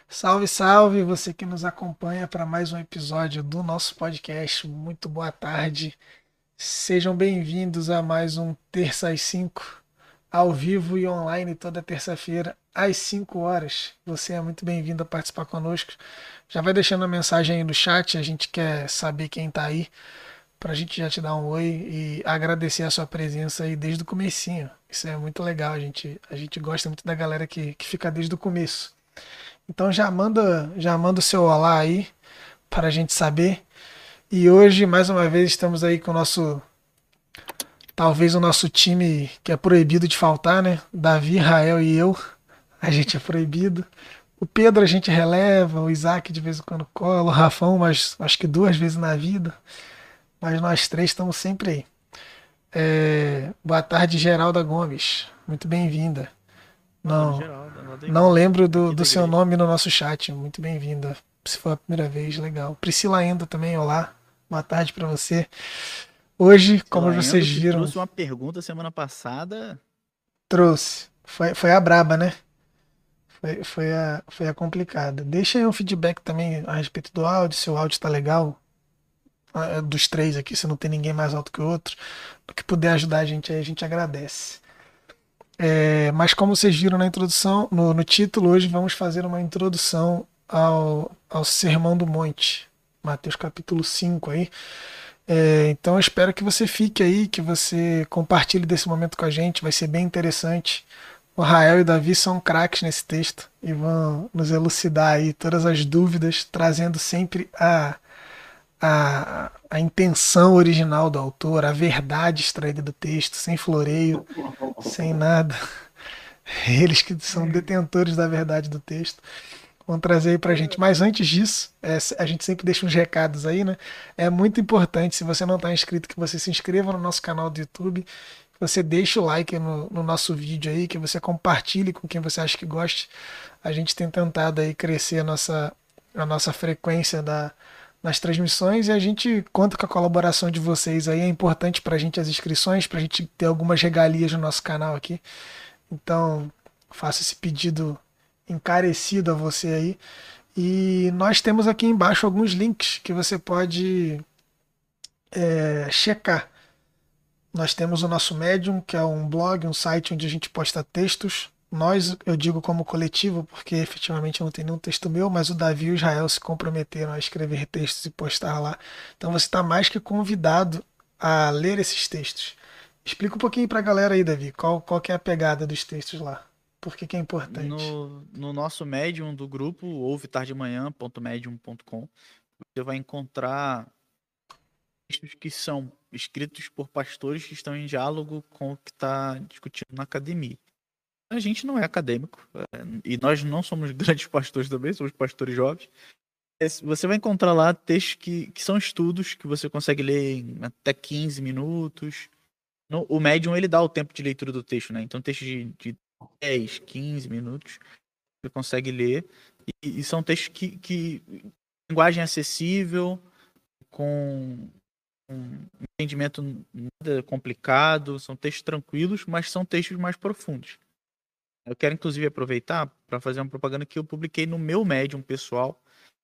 Salve, salve, você que nos acompanha para mais um episódio do nosso podcast. Muito boa tarde. Sejam bem-vindos a mais um Terça às 5, ao vivo e online toda terça-feira às 5 horas. Você é muito bem-vindo a participar conosco. Já vai deixando a mensagem aí no chat, a gente quer saber quem está aí, para a gente já te dar um oi e agradecer a sua presença aí desde o comecinho. Isso é muito legal, a gente gosta muito da galera que fica desde o começo. Então já manda o seu olá aí para a gente saber. E hoje, mais uma vez, estamos aí com o nosso, talvez o nosso time que é proibido de faltar, né? Davi, Rael e eu. A gente é proibido. O Pedro a gente releva, o Isaac de vez em quando cola, o Rafão, mas acho que duas vezes na vida. Mas nós três estamos sempre aí. Boa tarde, Geralda Gomes. Muito bem-vinda. Boa tarde, Não, geral, da não igreja. lembro do, Aqui do da seu igreja. nome no nosso chat. Muito bem-vinda. Se for a primeira vez, legal. Priscila Enda também, olá. Boa tarde para você. Hoje, como Priscila vocês Endo, que viram, trouxe uma pergunta semana passada. trouxe. Foi a braba, né? Foi a complicada. Deixa aí um feedback também a respeito do áudio, se o áudio tá legal. Dos três aqui, se não tem ninguém mais alto que o outro. Do que puder ajudar a gente aí, a gente agradece. Mas como vocês viram na introdução, no título, hoje vamos fazer uma introdução ao Sermão do Monte, Mateus capítulo 5 aí. Então eu espero que você fique aí, que você compartilhe desse momento com a gente, vai ser bem interessante. O Rael e o Davi são craques nesse texto e vão nos elucidar aí todas as dúvidas, trazendo sempre a intenção original do autor, a verdade extraída do texto, sem floreio, sem nada. Eles que são detentores da verdade do texto vão trazer aí pra gente. Mas antes disso, a gente sempre deixa uns recados aí, né? É muito importante, se você não está inscrito, que você se inscreva no nosso canal do YouTube, que você deixe o like no nosso vídeo aí, que você compartilhe com quem você acha que goste. A gente tem tentado aí crescer a nossa frequência nas transmissões e a gente conta com a colaboração de vocês aí. É importante pra gente as inscrições, pra gente ter algumas regalias no nosso canal aqui. Então, faço esse pedido encarecido a você aí. E nós temos aqui embaixo alguns links que você pode checar. Nós temos o nosso Medium, que é um blog, um site onde a gente posta textos. Nós, eu digo como coletivo, porque efetivamente não tem nenhum texto meu, mas o Davi e o Israel se comprometeram a escrever textos e postar lá. Então você está mais que convidado a ler esses textos. Explica um pouquinho para a galera aí, Davi, qual que é a pegada dos textos lá. Por que que é importante? No nosso Medium do grupo, ouvetardemanhã.medium.com, você vai encontrar textos que são escritos por pastores que estão em diálogo com o que está discutindo na academia. A gente não é acadêmico, e nós não somos grandes pastores também, somos pastores jovens. Você vai encontrar lá textos que são estudos que você consegue ler em até 15 minutos. O Medium, ele dá o tempo de leitura do texto, né? Então, textos de 10, 15 minutos, você consegue ler. E são textos que linguagem acessível, com um entendimento nada complicado, são textos tranquilos, mas são textos mais profundos. Eu quero, inclusive, aproveitar para fazer uma propaganda que eu publiquei no meu Medium pessoal,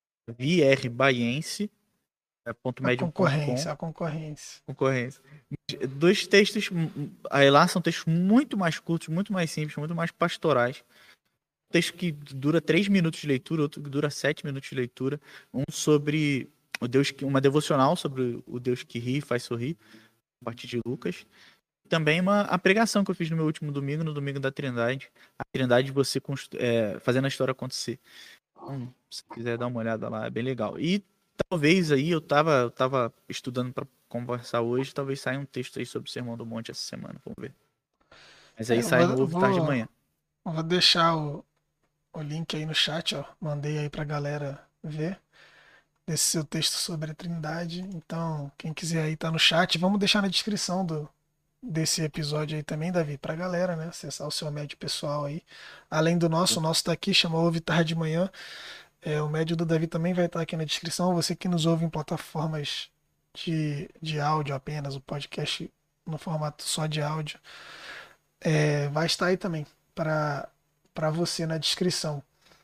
A vrbaiense.medium.com. concorrência, a concorrência. Concorrência. Dois textos, aí lá são textos muito mais curtos, muito mais simples, muito mais pastorais. Um texto que dura 3 minutos de leitura, outro que dura 7 minutos de leitura. Um sobre o Deus que, uma devocional sobre o Deus que ri e faz sorrir, a partir de Lucas. Também a pregação que eu fiz no meu último domingo, no domingo da Trindade. A Trindade, você fazendo a história acontecer. Então, se quiser dar uma olhada lá, é bem legal. E talvez aí eu tava estudando para conversar hoje, talvez saia um texto aí sobre o Sermão do Monte essa semana, vamos ver. Mas aí Eu sai no vou, Ouve Tarde de vou, Manhã. vou deixar o link aí no chat, ó. Mandei aí pra galera ver desse seu texto sobre a Trindade. Então, quem quiser aí tá no chat. Vamos deixar na descrição desse episódio aí também, Davi, pra galera, né? Acessar o seu médio pessoal aí. Além do nosso, o nosso tá aqui, chama Ouve Tarde de Manhã. O médio do Davi também vai estar aqui na descrição. Você que nos ouve em plataformas de áudio apenas, o podcast no formato só de áudio, vai estar aí também para você na descrição.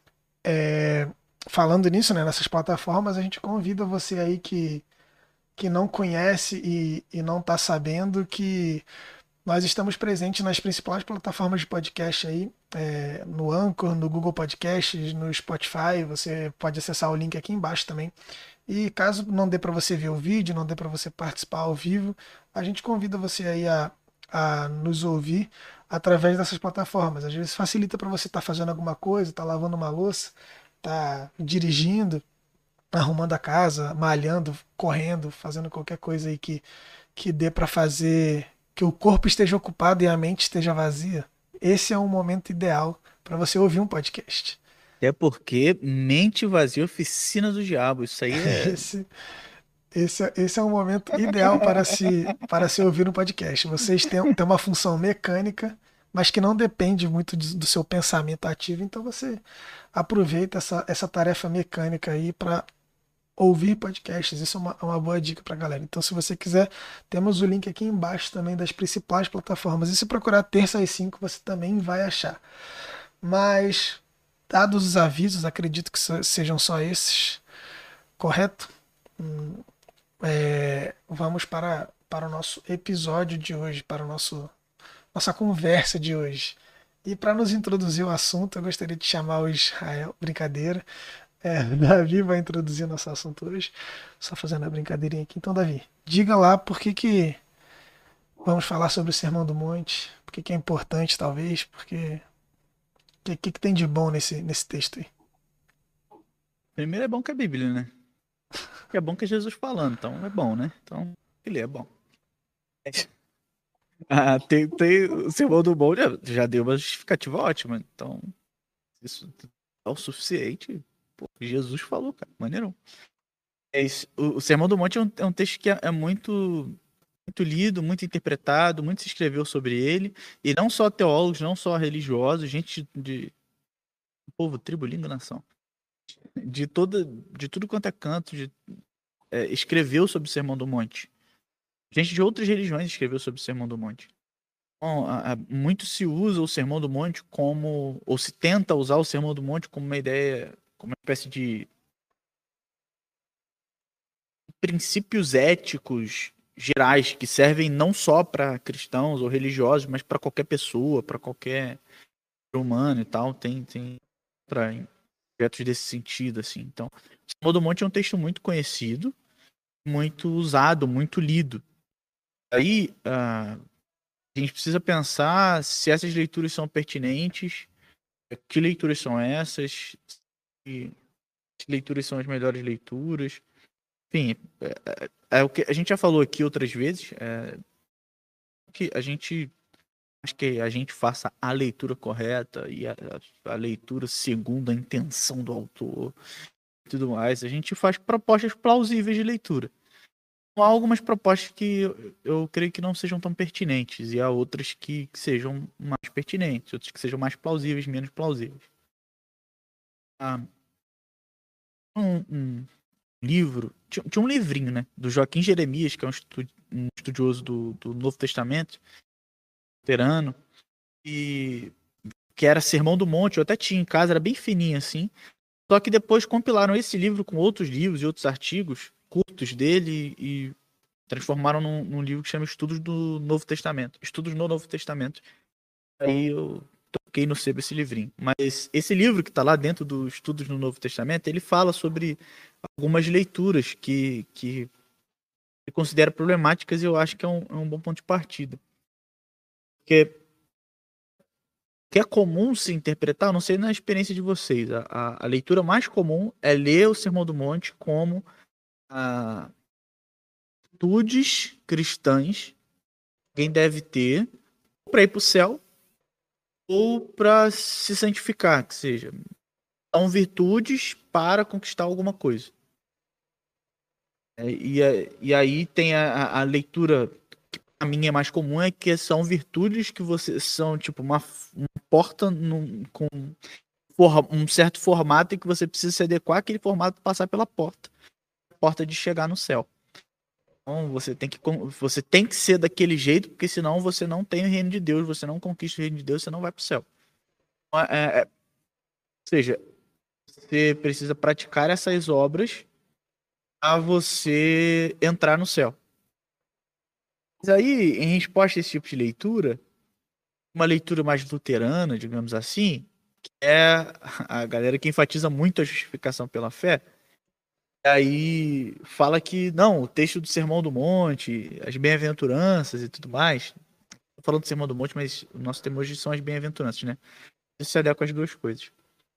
falando nisso, né, nessas plataformas, a gente convida você aí que não conhece e não está sabendo que nós estamos presentes nas principais plataformas de podcast aí, no Anchor, no Google Podcasts, no Spotify. Você pode acessar o link aqui embaixo também. E caso não dê para você ver o vídeo, não dê para você participar ao vivo, a gente convida você aí a nos ouvir através dessas plataformas. Às vezes facilita para você estar fazendo alguma coisa, estar lavando uma louça, estar dirigindo, arrumando a casa, malhando, correndo, fazendo qualquer coisa aí que dê para fazer que o corpo esteja ocupado e a mente esteja vazia. Esse é um momento ideal para você ouvir um podcast. Até porque mente vazia, oficina do diabo. Isso aí é. Esse, esse é um momento ideal para se ouvir um podcast. Vocês têm uma função mecânica, mas que não depende muito do seu pensamento ativo, então você aproveita essa tarefa mecânica aí para ouvir podcasts. Isso é uma boa dica para a galera. Então, se você quiser, temos o link aqui embaixo também das principais plataformas. E se procurar Terça às 5, você também vai achar. Mas, dados os avisos, acredito que sejam só esses, correto? Vamos para o nosso episódio de hoje, para o nossa conversa de hoje. E para nos introduzir o assunto, eu gostaria de chamar o Israel. Brincadeira. Davi vai introduzir nosso assunto hoje. Só fazendo a brincadeirinha aqui. Então, Davi, diga lá por que vamos falar sobre o Sermão do Monte, por que é importante, talvez, porque que tem de bom nesse texto aí. Primeiro é bom que é a Bíblia, né? É bom que é Jesus falando, então é bom, né? Então, ele é bom. Tem o Sermão do Monte, já deu uma justificativa ótima. Então, isso é o suficiente. Pô, Jesus falou, cara. Maneirão. O Sermão do Monte é um texto que é muito lido, muito interpretado, muito se escreveu sobre ele. E não só teólogos, não só religiosos, gente de povo, tribo, língua, nação. De tudo quanto é canto, escreveu sobre o Sermão do Monte. Gente de outras religiões escreveu sobre o Sermão do Monte. Então, muito se usa o Sermão do Monte como, ou se tenta usar o Sermão do Monte como uma ideia, como uma espécie de princípios éticos gerais que servem não só para cristãos ou religiosos, mas para qualquer pessoa, para qualquer ser humano e tal. Tem projetos desse sentido, assim. Então, o Sermão do Monte é um texto muito conhecido, muito usado, muito lido. Aí, a gente precisa pensar se essas leituras são pertinentes, que leituras são essas, que leituras são as melhores leituras. Enfim, é o que a gente já falou aqui outras vezes, que acho que a gente faça a leitura correta e a leitura segundo a intenção do autor e tudo mais. A gente faz propostas plausíveis de leitura. Há algumas propostas que eu creio que não sejam tão pertinentes, e há outras que sejam mais pertinentes, outras que sejam mais plausíveis, menos plausíveis. Um livro, tinha um livrinho, né, do Joaquim Jeremias, que é um estudioso do Novo Testamento, luterano, e que era Sermão do Monte, eu até tinha em casa, era bem fininho assim, só que depois compilaram esse livro com outros livros e outros artigos curtos dele e transformaram num livro que chama Estudos do Novo Testamento. Estudos no Novo Testamento. Aí eu toquei no sebo esse livrinho. Mas esse livro que está lá dentro do Estudos no Novo Testamento, ele fala sobre algumas leituras que ele considera problemáticas e eu acho que é um bom ponto de partida. Porque que é comum se interpretar, eu não sei na experiência de vocês, a leitura mais comum é ler o Sermão do Monte como atitudes cristãs que alguém deve ter para ir para o céu ou para se santificar, que seja, são virtudes para conquistar alguma coisa. E aí tem a leitura que para mim é mais comum, é que são virtudes que você são tipo uma porta com um certo formato e que você precisa se adequar àquele formato para passar pela porta de chegar no céu. Então você tem que ser daquele jeito, porque senão você não tem o reino de Deus, você não conquista o reino de Deus, você não vai para o céu. Ou seja, você precisa praticar essas obras a você entrar no céu. Mas aí, em resposta a esse tipo de leitura, uma leitura mais luterana, digamos assim, é a galera que enfatiza muito a justificação pela fé, aí fala que, não, o texto do Sermão do Monte, as bem-aventuranças e tudo mais, tô falando do Sermão do Monte, mas o nosso tema hoje são as bem-aventuranças, né? Isso se adequa às duas coisas.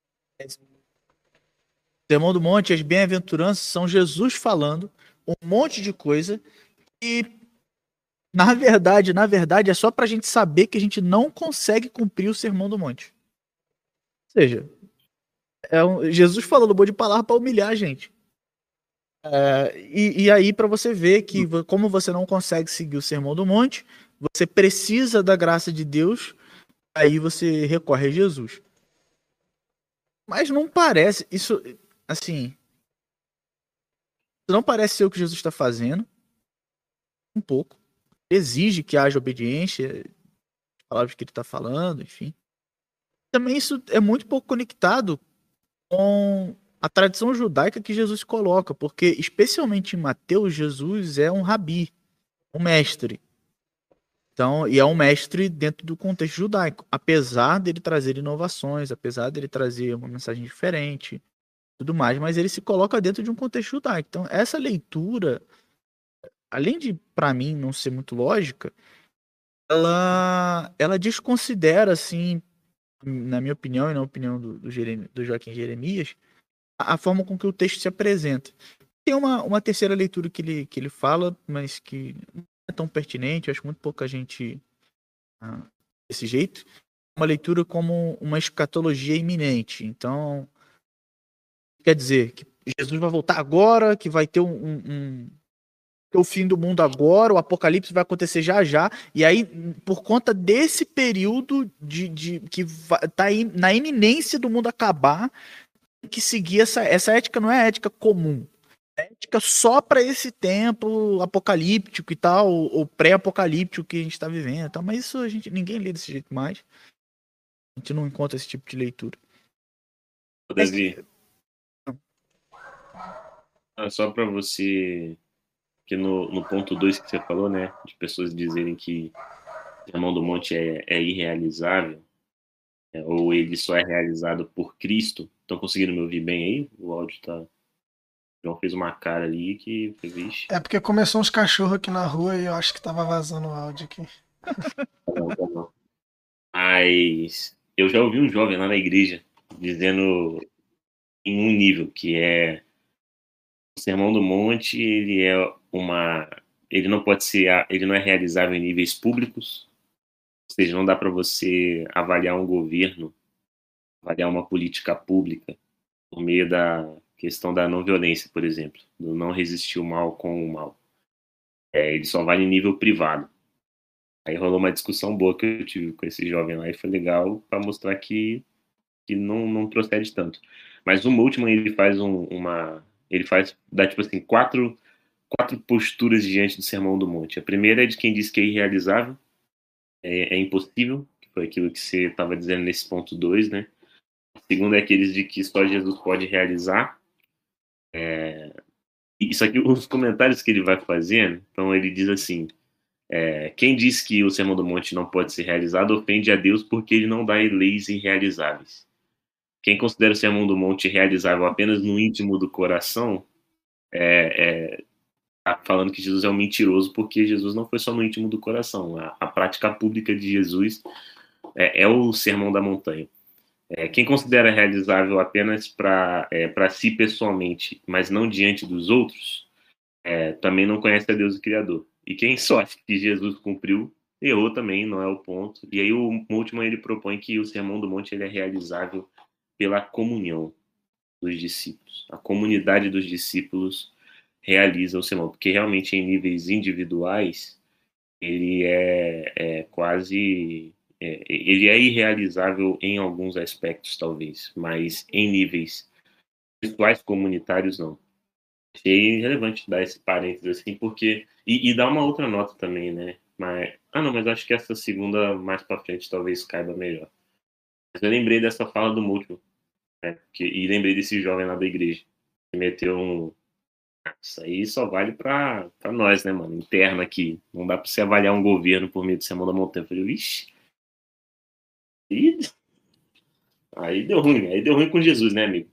O Sermão do Monte e as bem-aventuranças são Jesus falando um monte de coisa e na verdade, é só pra gente saber que a gente não consegue cumprir o Sermão do Monte. Ou seja, Jesus falando um monte de palavra pra humilhar a gente. E aí, pra você ver que, como você não consegue seguir o Sermão do Monte, você precisa da graça de Deus, aí você recorre a Jesus. Mas não parece, isso, assim, não parece ser o que Jesus está fazendo, um pouco. Exige que haja obediência, palavras que ele está falando, enfim. Também isso é muito pouco conectado com a tradição judaica que Jesus coloca, porque especialmente em Mateus, Jesus é um rabi, um mestre. Então, e é um mestre dentro do contexto judaico, apesar dele trazer inovações, apesar dele trazer uma mensagem diferente, tudo mais, mas ele se coloca dentro de um contexto judaico. Então, essa leitura, além de para mim não ser muito lógica, ela desconsidera assim, na minha opinião e na opinião do Joaquim Jeremias, a forma com que o texto se apresenta. Tem uma terceira leitura que ele fala, mas que não é tão pertinente, eu acho muito pouca gente desse jeito. Uma leitura como uma escatologia iminente. Então, quer dizer que Jesus vai voltar agora, que vai ter o fim do mundo agora, o apocalipse vai acontecer já já, e aí, por conta desse período que tá na iminência do mundo acabar, tem que seguir essa ética, não é ética comum. É ética só para esse tempo apocalíptico e tal, ou pré-apocalíptico que a gente está vivendo e tal, mas isso ninguém lê desse jeito mais. A gente não encontra esse tipo de leitura. Mas, Davi, só para você, que no ponto 2 que você falou, né, de pessoas dizerem que o Sermão do Monte é irrealizável, ou ele só é realizado por Cristo. Estão conseguindo me ouvir bem aí? O áudio tá. O João fez uma cara ali que foi, vixe. É porque começou uns cachorros aqui na rua e eu acho que tava vazando o áudio aqui. Não, tá não. Mas eu já ouvi um jovem lá na igreja dizendo em um nível que é o Sermão do Monte, ele não pode ser, ele não é realizável em níveis públicos, ou seja, não dá para você avaliar um governo, avaliar uma política pública por meio da questão da não violência, por exemplo, do não resistir o mal com o mal. Ele só vale em nível privado. Aí rolou uma discussão boa que eu tive com esse jovem lá e foi legal para mostrar que não procede tanto. Mas o Moltmann, dá tipo assim, quatro posturas diante do Sermão do Monte. A primeira é de quem diz que é irrealizável, é impossível, que foi aquilo que você estava dizendo nesse ponto 2, né? A segunda é aqueles de que só Jesus pode realizar. Isso aqui, os comentários que ele vai fazendo, então ele diz assim, quem diz que o Sermão do Monte não pode ser realizado ofende a Deus porque ele não dá leis irrealizáveis. Quem considera o Sermão do Monte realizável apenas no íntimo do coração tá falando que Jesus é um mentiroso porque Jesus não foi só no íntimo do coração. A prática pública de Jesus é o Sermão da Montanha. Quem considera realizável apenas para si pessoalmente, mas não diante dos outros, também não conhece a Deus o Criador. E quem só acha que Jesus cumpriu, errou também, não é o ponto. E aí o último ele propõe que o Sermão do Monte ele é realizável pela comunhão dos discípulos. A comunidade dos discípulos realiza o sermão, porque realmente em níveis individuais ele é quase ele é irrealizável em alguns aspectos talvez, mas em níveis virtuais comunitários não. Achei relevante dar esse parênteses assim, porque e dar uma outra nota também, né? Mas acho que essa segunda mais para frente talvez caiba melhor. Mas eu lembrei dessa fala do Múltiplo, E lembrei desse jovem lá da igreja, que meteu um. Isso aí só vale pra nós, né, mano? Interno aqui. Não dá pra você avaliar um governo por meio do Sermão da Montanha. Eu falei, vixe. E aí deu ruim. Aí deu ruim com Jesus, né, amigo?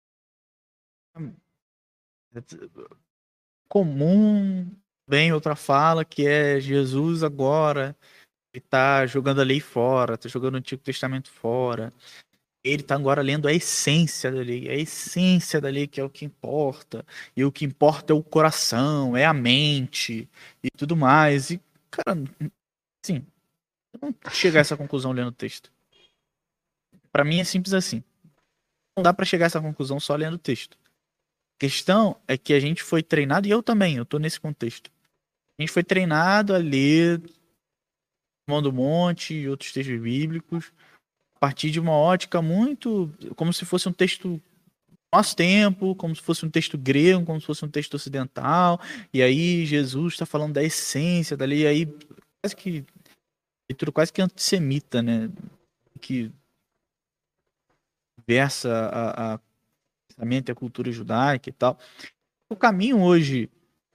Comum, bem outra fala, que é Jesus agora, ele tá jogando a lei fora, tá jogando o Antigo Testamento fora. Ele tá agora lendo a essência da lei que é o que importa. E o que importa é o coração, é a mente e tudo mais. E, cara, assim, eu não chegar a essa conclusão lendo o texto. Pra mim é simples assim. Não dá pra chegar a essa conclusão só lendo o texto. A questão é que a gente foi treinado, e eu também, eu tô nesse contexto. A gente foi treinado a ler Sermão do Monte e outros textos bíblicos a partir de uma ótica muito como se fosse um texto do nosso tempo, como se fosse um texto grego, como se fosse um texto ocidental, e aí Jesus está falando da essência dali, e aí quase que leitura quase que antissemita, né? Que versa a pensamento e a cultura judaica e tal. O caminho hoje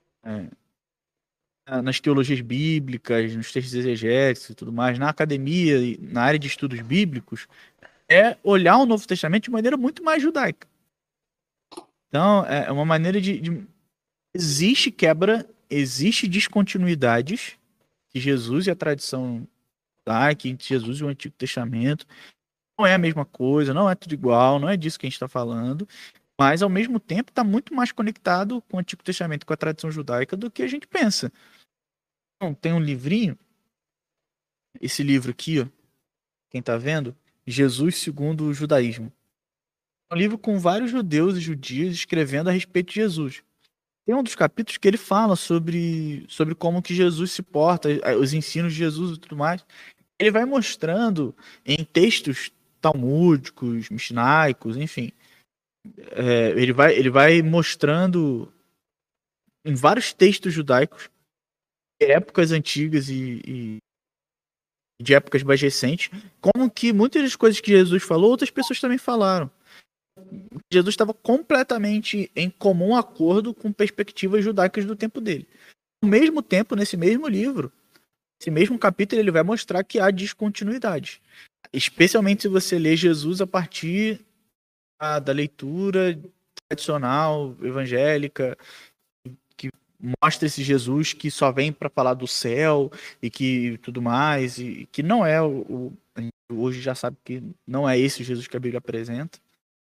nas teologias bíblicas, nos textos exegéticos e tudo mais, na academia e na área de estudos bíblicos, é olhar o Novo Testamento de maneira muito mais judaica. Então, é uma maneira de... Existe quebra, existe descontinuidades de Jesus e a tradição judaica, entre Jesus e o Antigo Testamento. Não é a mesma coisa, não é tudo igual, não é disso que a gente está falando, mas ao mesmo tempo está muito mais conectado com o Antigo Testamento, com a tradição judaica, do que a gente pensa. Então, tem um livrinho, esse livro aqui, ó, quem está vendo, Jesus segundo o Judaísmo. É um livro com vários judeus e judias escrevendo a respeito de Jesus. Tem um dos capítulos que ele fala sobre como que Jesus se porta, os ensinos de Jesus e tudo mais. Ele vai mostrando em textos talmúdicos, misnaicos, enfim. Ele vai mostrando em vários textos judaicos, de épocas antigas e de épocas mais recentes, como que muitas das coisas que Jesus falou, outras pessoas também falaram. Jesus estava completamente em comum acordo com perspectivas judaicas do tempo dele. Ao mesmo tempo, nesse mesmo livro, esse mesmo capítulo, ele vai mostrar que há descontinuidade. Especialmente se você lê Jesus a partir da leitura tradicional, evangélica, que mostra esse Jesus que só vem para falar do céu e que tudo mais, e que não é a gente hoje já sabe que não é esse Jesus que a Bíblia apresenta.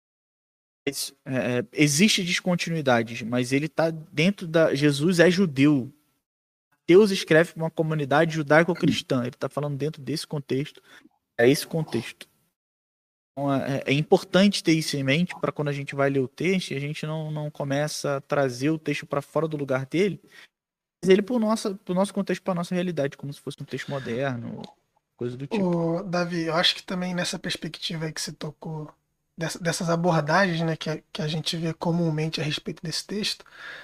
Existe descontinuidade, mas ele está dentro da... Jesus é judeu. Deus escreve para uma comunidade judaico-cristã. Ele está falando dentro desse contexto. É esse contexto. Então, é importante ter isso em mente para quando a gente vai ler o texto, a gente não começa a trazer o texto para fora do lugar dele, mas ele para o nosso contexto, para a nossa realidade, como se fosse um texto moderno, coisa do tipo. Ô, Davi, eu acho que também nessa perspectiva aí que você tocou, dessas abordagens, né, que a gente vê comumente a respeito desse texto,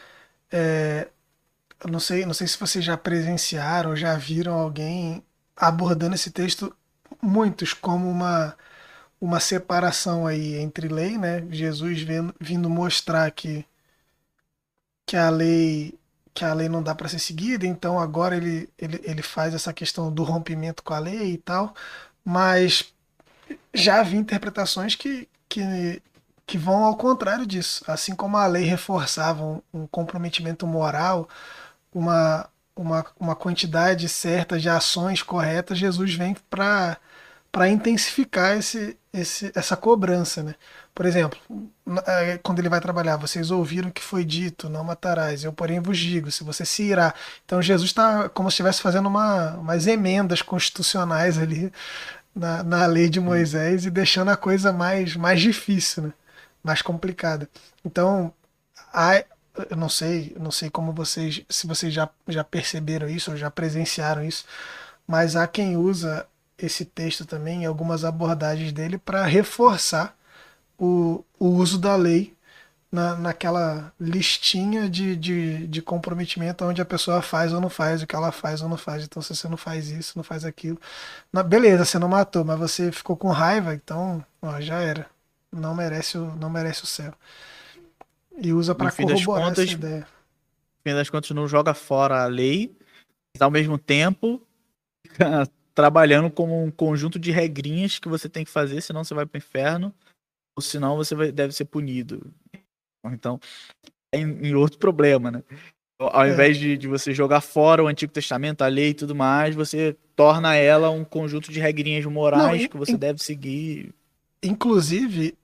eu não sei se vocês já presenciaram, já viram alguém abordando esse texto, muitos, como uma separação aí entre lei, né? Jesus vindo mostrar que a lei que a lei não dá para ser seguida, então agora ele faz essa questão do rompimento com a lei e tal, mas já vi interpretações que vão ao contrário disso. Assim como a lei reforçava um comprometimento moral, uma quantidade certa de ações corretas, Jesus vem para intensificar essa cobrança, né? Por exemplo, quando ele vai trabalhar, vocês ouviram que foi dito, não matarás, eu porém vos digo, se você se irá. Então Jesus está como se estivesse fazendo umas emendas constitucionais ali na lei de Moisés e deixando a coisa mais difícil, né? Mais complicada. Então, há, eu não sei como se vocês já perceberam isso ou já presenciaram isso, mas há quem usa esse texto também, em algumas abordagens dele, para reforçar o uso da lei naquela listinha de comprometimento onde a pessoa faz ou não faz, o que ela faz ou não faz. Então, se você não faz isso, não faz aquilo. Beleza, você não matou, mas você ficou com raiva, então ó, já era. não merece o céu. E usa No para fim das corroborar contas, essa ideia. no fim das contas, não joga fora a lei, mas ao mesmo tempo fica trabalhando como um conjunto de regrinhas que você tem que fazer, senão você vai para o inferno, ou senão deve ser punido. Então, em outro problema, né? Ao É. invés de você jogar fora o Antigo Testamento, a lei e tudo mais, você torna ela um conjunto de regrinhas Não, morais que você deve seguir. inclusive,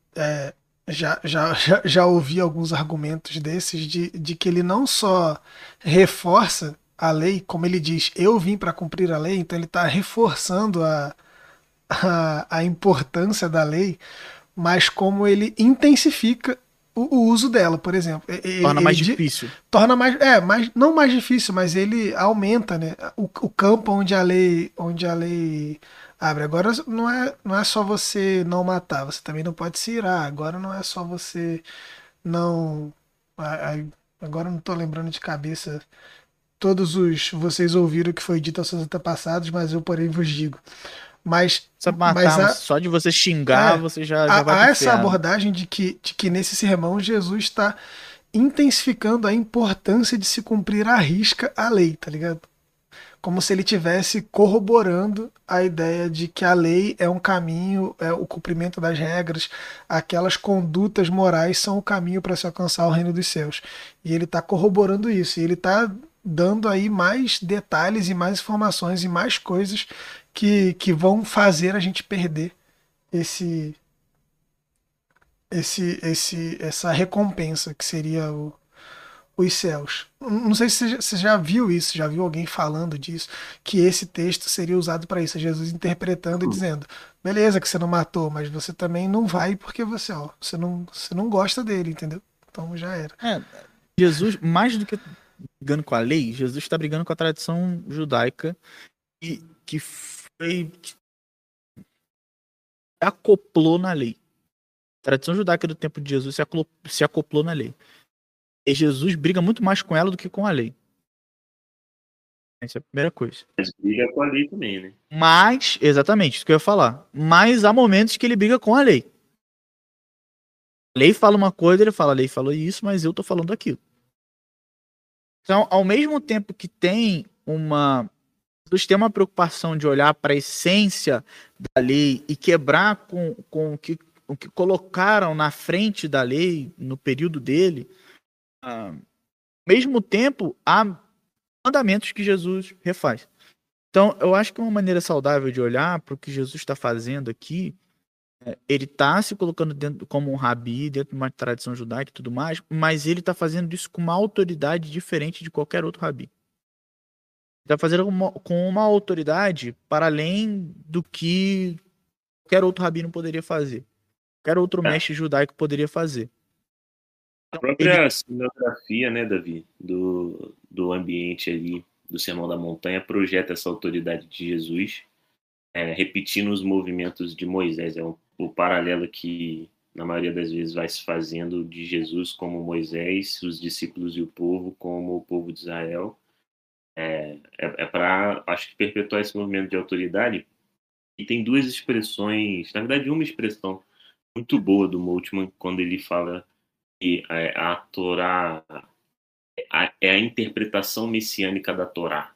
já ouvi alguns argumentos desses de que ele não só reforça a lei, como ele diz, eu vim para cumprir a lei, então ele está reforçando a importância da lei, mas como ele intensifica o uso dela, por exemplo. Torna mais difícil. Torna mais, não mais difícil, mas ele aumenta, né, o campo onde a lei abre. Agora não é só você não matar, você também não pode se irar. Agora não é só você não. Agora eu não estou lembrando de cabeça vocês ouviram o que foi dito aos seus antepassados, mas eu porém vos digo. Mas, Precisa mas matar, mas só de você xingar, você já vai há pro essa inferno. abordagem de que nesse sermão Jesus está intensificando a importância de se cumprir à risca a lei, tá ligado? Como se ele tivesse corroborando a ideia de que a lei é um caminho, é o cumprimento das regras, aquelas condutas morais são o caminho para se alcançar o reino dos céus. E ele está corroborando isso, e ele está dando aí mais detalhes e mais informações e mais coisas que vão fazer a gente perder esse essa recompensa que seria os céus. Não sei se você já viu isso, já viu alguém falando disso, que esse texto seria usado para isso, Jesus interpretando e dizendo: beleza que você não matou, mas você também não vai porque você não gosta dele, entendeu? Então já era. Jesus, mais do que brigando com a lei, Jesus está brigando com a tradição judaica que acoplou na lei. A tradição judaica do tempo de Jesus se acoplou na lei. E Jesus briga muito mais com ela do que com a lei. Essa é a primeira coisa. Mas briga com a lei também, né? Mas, exatamente, isso que eu ia falar. Mas há momentos que ele briga com a lei. A lei fala uma coisa, ele fala, a lei falou isso, mas eu tô falando aquilo. Então, ao mesmo tempo que tem Jesus tem uma preocupação de olhar para a essência da lei e quebrar com o que colocaram na frente da lei no período dele, ao mesmo tempo há mandamentos que Jesus refaz. Então, eu acho que uma maneira saudável de olhar para o que Jesus está fazendo aqui, ele está se colocando dentro como um rabi, dentro de uma tradição judaica e tudo mais, mas ele está fazendo isso com uma autoridade diferente de qualquer outro rabi. Está fazendo com uma autoridade para além do que qualquer outro rabino poderia fazer. Qualquer outro mestre judaico poderia fazer. A própria cenografia, né, Davi, do ambiente ali, do Sermão da Montanha, projeta essa autoridade de Jesus, repetindo os movimentos de Moisés. É o paralelo que, na maioria das vezes, vai se fazendo de Jesus como Moisés, os discípulos e o povo como o povo de Israel. Para, acho que, perpetuar esse movimento de autoridade. E tem duas expressões, na verdade, uma expressão muito boa do Moltmann, quando ele fala que a Torá é a interpretação messiânica da Torá.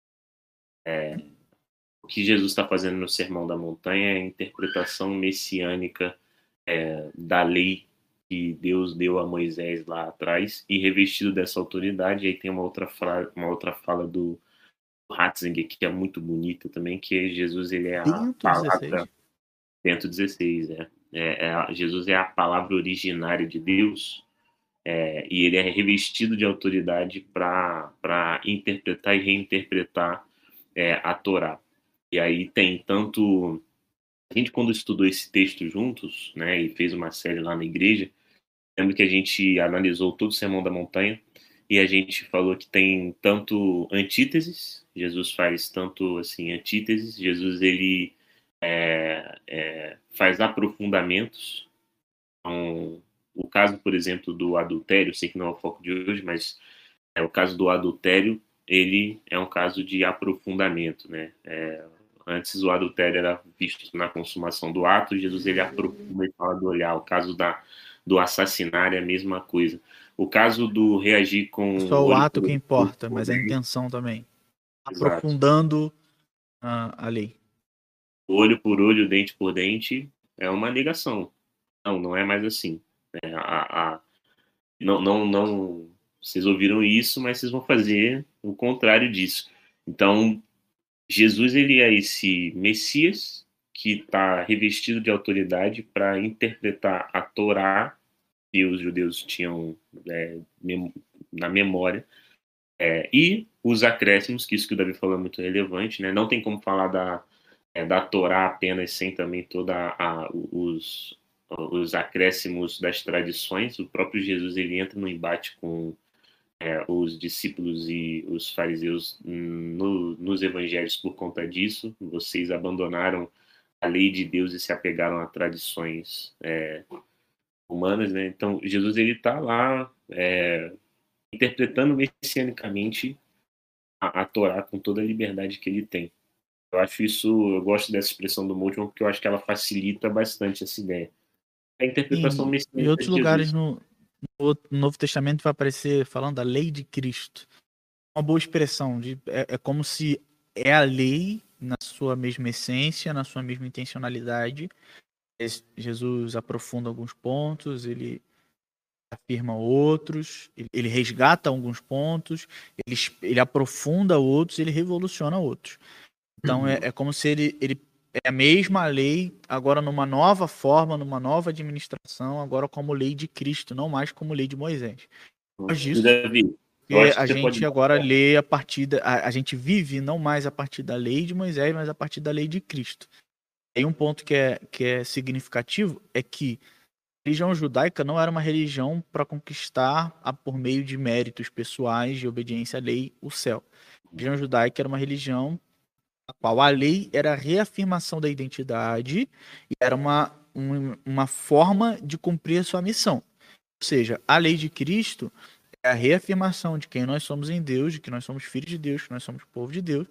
O que Jesus está fazendo no Sermão da Montanha é a interpretação messiânica da lei que Deus deu a Moisés lá atrás, e revestido dessa autoridade. Aí tem uma outra fala do Ratzinger, que é muito bonita também, que Jesus ele é a palavra... Bento 16, Jesus é a palavra originária de Deus, e ele é revestido de autoridade para interpretar e reinterpretar a Torá. E aí tem tanto... A gente, quando estudou esse texto juntos, né, e fez uma série lá na igreja, lembro que a gente analisou todo o Sermão da Montanha, e a gente falou que tem tanto antíteses, Jesus faz tanto assim antíteses, Jesus ele faz aprofundamentos. Então, o caso, por exemplo, do adultério, sei que não é o foco de hoje, mas o caso do adultério, ele é um caso de aprofundamento, né? Antes o adultério era visto na consumação do ato, Jesus ele aprofunda e fala do olhar. O caso do assassinar é a mesma coisa. O caso do reagir com Só o olho ato por que olho, importa, mas a intenção também. exato. Aprofundando a lei. Olho por olho, dente por dente, é uma negação. Não é mais assim. Não, vocês ouviram isso, mas vocês vão fazer o contrário disso. Então, Jesus ele é esse Messias que está revestido de autoridade para interpretar a Torá que os judeus tinham na memória, e os acréscimos, que isso que o Davi falou é muito relevante, né? Não tem como falar da Torá apenas sem também toda os acréscimos das tradições. O próprio Jesus ele entra no embate com os discípulos e os fariseus nos evangelhos por conta disso. Vocês abandonaram a lei de Deus e se apegaram a tradições humanas, né? Então Jesus ele está lá interpretando messianicamente a Torá com toda a liberdade que ele tem. Eu gosto dessa expressão do Moltmann porque eu acho que ela facilita bastante essa ideia. A interpretação Em messiânica outros de Jesus. lugares no Novo Testamento vai aparecer falando da lei de Cristo. Uma boa expressão. É como se é a lei na sua mesma essência, na sua mesma intencionalidade. Jesus aprofunda alguns pontos, ele afirma outros, ele resgata alguns pontos, ele aprofunda outros, ele revoluciona outros. Então é como se ele é a mesma lei, agora numa nova forma, numa nova administração, agora como lei de Cristo, não mais como lei de Moisés. Mas disso, Davi, porque a gente agora lê a gente vive não mais a partir da lei de Moisés, mas a partir da lei de Cristo. E um ponto que é significativo é que a religião judaica não era uma religião para conquistar, por meio de méritos pessoais de obediência à lei, o céu. A religião judaica era uma religião a qual a lei era a reafirmação da identidade e era uma forma de cumprir a sua missão. Ou seja, a lei de Cristo é a reafirmação de quem nós somos em Deus, de que nós somos filhos de Deus, que nós somos povo de Deus.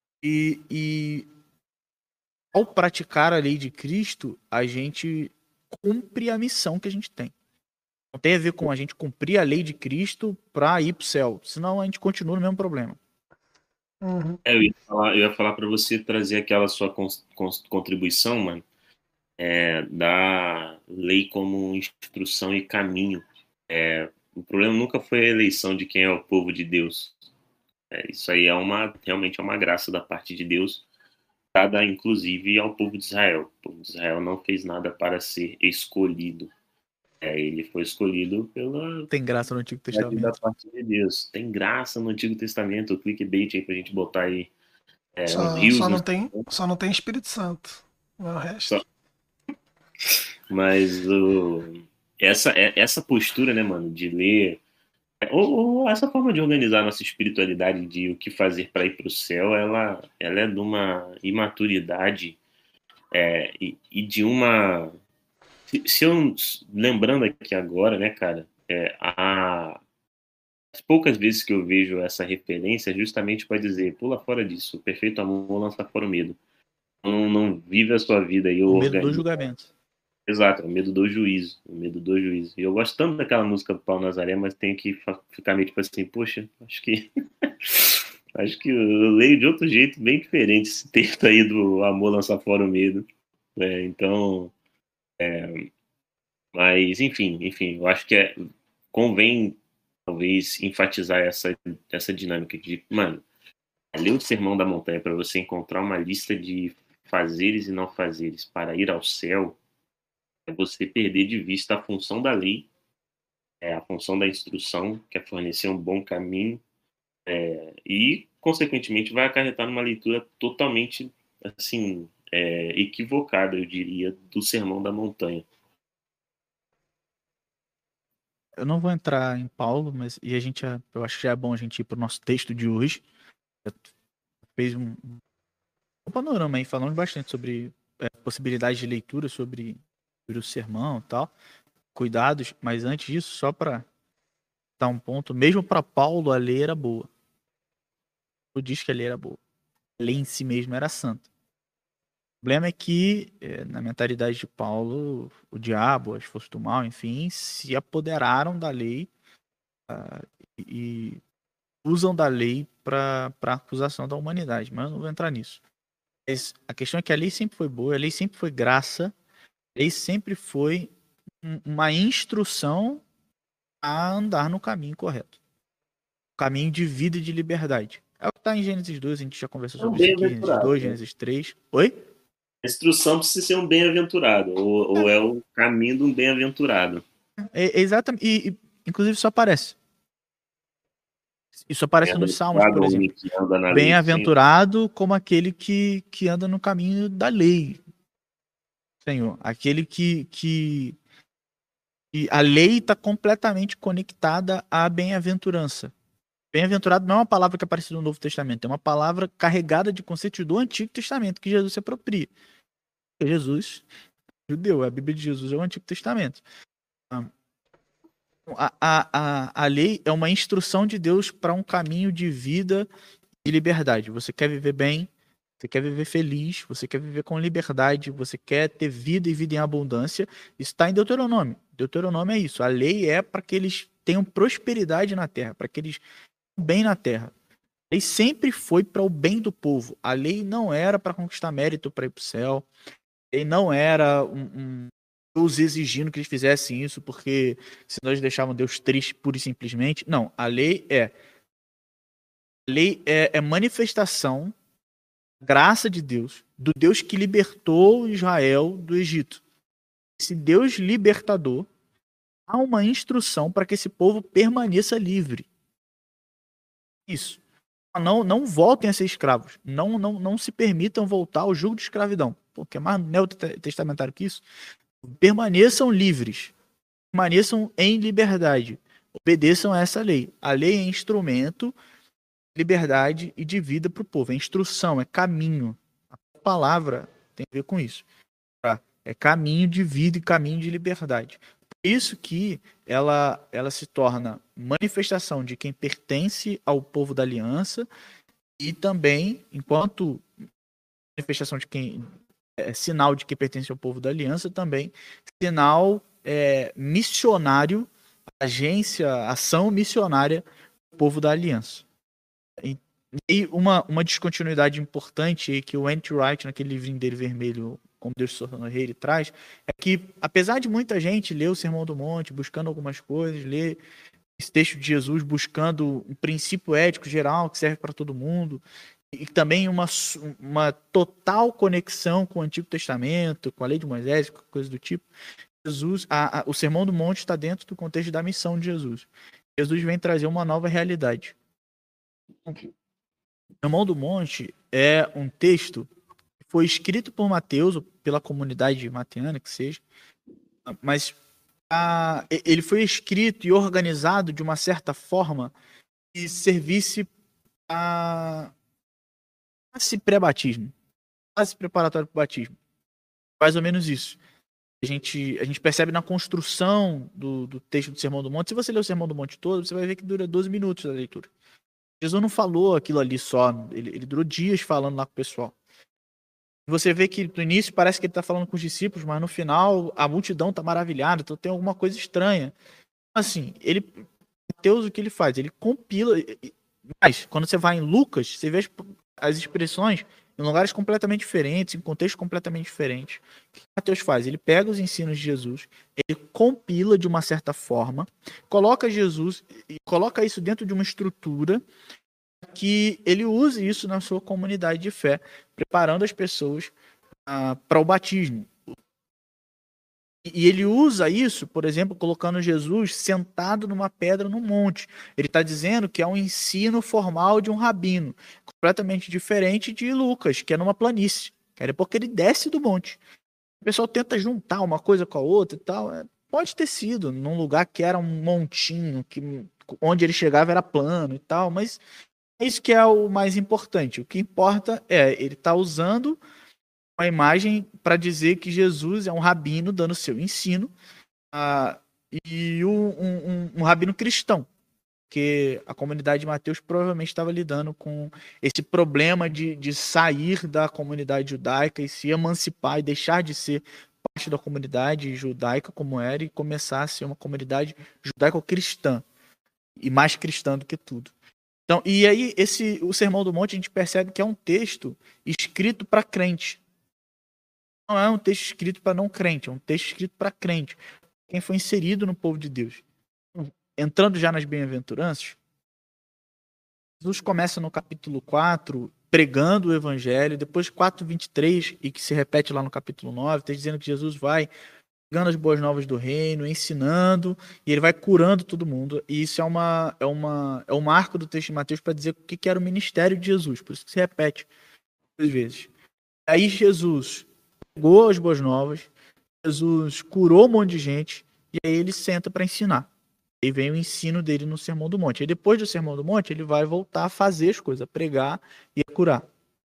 E ao praticar a lei de Cristo, a gente cumpre a missão que a gente tem. Não tem a ver com a gente cumprir a lei de Cristo para ir para o céu, senão a gente continua no mesmo problema. Uhum. Eu ia falar para você trazer aquela sua contribuição, mano, da lei como instrução e caminho. O problema nunca foi a eleição de quem é o povo de Deus. Isso aí realmente é uma graça da parte de Deus, dada inclusive ao povo de Israel. O povo de Israel não fez nada para ser escolhido. Ele foi escolhido pela... Tem graça no Antigo Testamento. Da parte de Deus. Tem graça no Antigo Testamento. O clickbait aí pra gente botar aí só não tem Espírito Santo. Não é o resto. Mas essa postura, né, mano, de ler, ou essa forma de organizar nossa espiritualidade, de o que fazer para ir para o céu, ela é de uma imaturidade e de uma... Se eu lembrando aqui agora, né, cara, as poucas vezes que eu vejo essa referência é justamente para dizer, pula fora disso, o perfeito amor lança fora o medo. Não vive a sua vida aí. O medo do julgamento. Exato, o medo do juízo, o medo do juízo. E eu gosto tanto daquela música do Paulo Nazaré, mas tenho que ficar meio tipo assim, poxa, acho que eu leio de outro jeito, bem diferente esse texto aí do amor lança fora o medo. Então, mas enfim, eu acho que convém talvez enfatizar essa dinâmica de, mano, ler o Sermão da Montanha para você encontrar uma lista de fazeres e não fazeres para ir ao céu, é você perder de vista a função da lei, a função da instrução, que é fornecer um bom caminho, e, consequentemente, vai acarretar numa leitura totalmente, assim, equivocada, eu diria, do Sermão da Montanha. Eu não vou entrar em Paulo, mas eu acho que já é bom a gente ir para o nosso texto de hoje. Eu fez um panorama aí, falando bastante sobre possibilidades de leitura, sobre o sermão e tal, cuidados, mas antes disso, só para dar um ponto, mesmo para Paulo a lei era boa. Ele diz que a lei era boa. A lei em si mesmo era santa. problema é que, na mentalidade de Paulo, o diabo, as forças do mal, enfim, se apoderaram da lei e usam da lei para acusação da humanidade. Mas eu não vou entrar nisso. Mas a questão é que a lei sempre foi boa, a lei sempre foi graça, a lei sempre foi uma instrução a andar no caminho correto. Caminho de vida e de liberdade. É o que está em Gênesis 2, a gente já conversou sobre isso aqui, Gênesis 2, Gênesis 3. Oi? A instrução precisa ser um bem-aventurado, ou é o caminho de um bem-aventurado. Exatamente, e inclusive isso aparece. Isso aparece nos Salmos, por exemplo. Bem-aventurado como aquele que anda no caminho da lei, Senhor. Aquele que a lei está completamente conectada à bem-aventurança. Bem-aventurado não é uma palavra que aparece no Novo Testamento, é uma palavra carregada de conceitos do Antigo Testamento, que Jesus se apropria. Jesus, judeu, a Bíblia de Jesus é o Antigo Testamento. A lei é uma instrução de Deus para um caminho de vida e liberdade. Você quer viver bem, você quer viver feliz, você quer viver com liberdade, você quer ter vida e vida em abundância. Isso está em Deuteronômio. Deuteronômio é isso. A lei é para que eles tenham prosperidade na terra, para que eles tenham bem na terra. A lei sempre foi para o bem do povo. A lei não era para conquistar mérito para ir para o céu. A lei não era Deus exigindo que eles fizessem isso, porque senão eles deixavam Deus triste pura e simplesmente. Não, a lei é manifestação da graça de Deus, do Deus que libertou Israel do Egito. Esse Deus libertador há uma instrução para que esse povo permaneça livre. Isso. Não voltem a ser escravos. Não se permitam voltar ao jugo de escravidão. Porque é mais neotestamentário que isso. Permaneçam livres. Permaneçam em liberdade. Obedeçam a essa lei. A lei é instrumento de liberdade e de vida para o povo. É instrução, é caminho. A palavra tem a ver com isso. É caminho de vida e caminho de liberdade. Por isso que ela se torna manifestação de quem pertence ao povo da aliança e também, enquanto manifestação de quem sinal de que pertence ao povo da aliança, também sinal missionário, agência, ação missionária do povo da aliança. E uma descontinuidade importante que o N.T. Wright, naquele livrinho dele vermelho, Como Deus se tornou rei, ele traz, é que, apesar de muita gente ler o Sermão do Monte, buscando algumas coisas, ler esse texto de Jesus, buscando um princípio ético geral que serve para todo mundo, e também uma total conexão com o Antigo Testamento, com a lei de Moisés, coisa do tipo, Jesus, o Sermão do Monte está dentro do contexto da missão de Jesus. Jesus vem trazer uma nova realidade. O Sermão do Monte é um texto que foi escrito por Mateus, ou pela comunidade mateana, que seja, mas ele foi escrito e organizado de uma certa forma que servisse a quase pré-batismo, quase preparatório para o batismo. Mais ou menos isso. A gente percebe na construção do texto do Sermão do Monte. Se você ler o Sermão do Monte todo, você vai ver que dura 12 minutos a leitura. Jesus não falou aquilo ali só, ele durou dias falando lá com o pessoal. Você vê que no início parece que ele está falando com os discípulos, mas no final a multidão está maravilhada, então tem alguma coisa estranha. Assim, Mateus, o que ele faz? Ele compila. Mas quando você vai em Lucas, você vê as expressões em lugares completamente diferentes, em contextos completamente diferentes. O que Mateus faz? Ele pega os ensinos de Jesus, ele compila de uma certa forma, coloca Jesus e coloca isso dentro de uma estrutura que ele use isso na sua comunidade de fé, preparando as pessoas para o batismo. E ele usa isso, por exemplo, colocando Jesus sentado numa pedra no monte. Ele está dizendo que é um ensino formal de um rabino, completamente diferente de Lucas, que é numa planície. É porque ele desce do monte. O pessoal tenta juntar uma coisa com a outra e tal. Pode ter sido num lugar que era um montinho, onde ele chegava era plano e tal, mas é isso que é o mais importante. O que importa é ele está usando uma imagem para dizer que Jesus é um rabino dando seu ensino e um rabino cristão. porque a comunidade de Mateus provavelmente estava lidando com esse problema de sair da comunidade judaica e se emancipar e deixar de ser parte da comunidade judaica como era e começar a ser uma comunidade judaico-cristã e mais cristã do que tudo. Então, e aí o Sermão do Monte a gente percebe que é um texto escrito para crente. Não é um texto escrito para não crente, é um texto escrito para crente. Quem foi inserido no povo de Deus. Entrando já nas bem-aventuranças, Jesus começa no capítulo 4 pregando o evangelho, depois 4:23, e que se repete lá no capítulo 9, está dizendo que Jesus vai pregando as boas novas do reino, ensinando, e ele vai curando todo mundo. E isso é um marco do texto de Mateus para dizer o que era o ministério de Jesus, por isso que se repete 2 vezes. Aí Jesus pregou as boas novas, Jesus curou um monte de gente, e aí ele senta para ensinar. E vem o ensino dele no Sermão do Monte. E depois do Sermão do Monte, ele vai voltar a fazer as coisas, a pregar e a curar.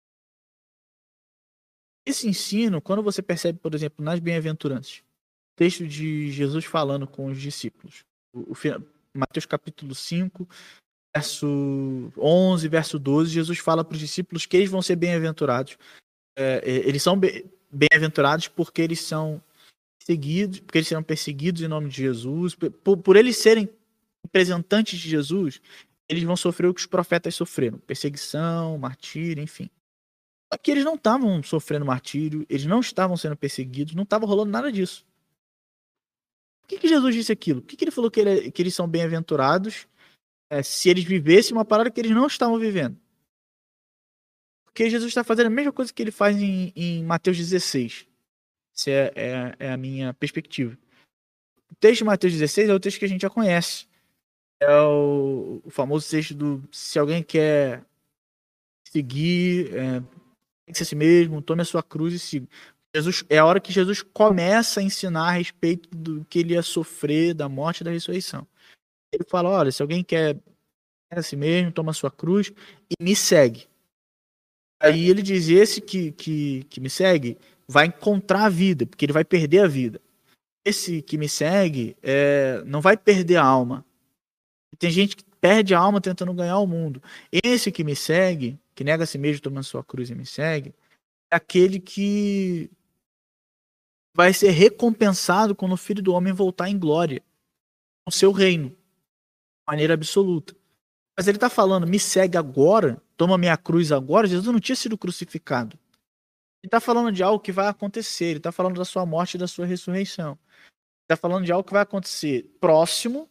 Esse ensino, quando você percebe, por exemplo, nas bem-aventuranças, o texto de Jesus falando com os discípulos, Mateus capítulo 5, verso 11, verso 12, Jesus fala para os discípulos que eles vão ser bem-aventurados. Eles são bem-aventurados porque eles são seguidos, porque eles serão perseguidos em nome de Jesus, por eles serem representantes de Jesus, eles vão sofrer o que os profetas sofreram, perseguição, martírio, enfim. Só que eles não estavam sofrendo martírio, eles não estavam sendo perseguidos, não estava rolando nada disso. Por que Jesus disse aquilo? Por que ele falou que eles são bem-aventurados se eles vivessem uma parada que eles não estavam vivendo? Porque Jesus está fazendo a mesma coisa que ele faz em Mateus 16. Essa é a minha perspectiva. O texto de Mateus 16 é o texto que a gente já conhece. É o famoso texto do se alguém quer seguir, tem que ser a si mesmo, tome a sua cruz e siga. É a hora que Jesus começa a ensinar a respeito do que ele ia sofrer, da morte e da ressurreição. Ele fala, olha, se alguém quer a si mesmo, toma a sua cruz e me segue. Aí ele diz, esse que me segue vai encontrar a vida, porque ele vai perder a vida. Esse que me segue não vai perder a alma. Tem gente que perde a alma tentando ganhar o mundo. Esse que me segue, que nega a si mesmo, toma a sua cruz e me segue, é aquele que vai ser recompensado quando o Filho do Homem voltar em glória, com seu reino, de maneira absoluta. Mas ele está falando, me segue agora, toma minha cruz agora. Jesus não tinha sido crucificado. Ele está falando de algo que vai acontecer, ele está falando da sua morte e da sua ressurreição. Ele está falando de algo que vai acontecer próximo,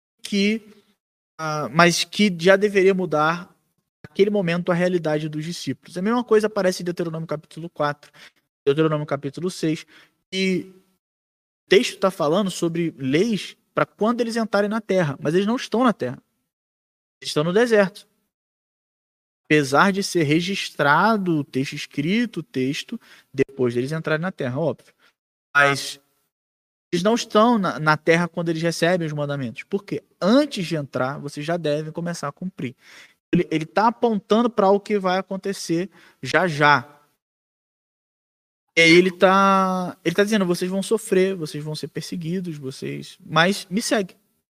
mas que já deveria mudar naquele momento a realidade dos discípulos. A mesma coisa aparece em Deuteronômio capítulo 4, Deuteronômio capítulo 6, e o texto está falando sobre leis para quando eles entrarem na terra, mas eles não estão na terra. Eles estão no deserto. Apesar de ser registrado o texto escrito, o texto, depois deles entrarem na terra, óbvio. Mas eles não estão na terra quando eles recebem os mandamentos. Porque antes de entrar, vocês já devem começar a cumprir. Ele está apontando para o que vai acontecer já já. E aí ele está dizendo, vocês vão sofrer, vocês vão ser perseguidos, mas me segue.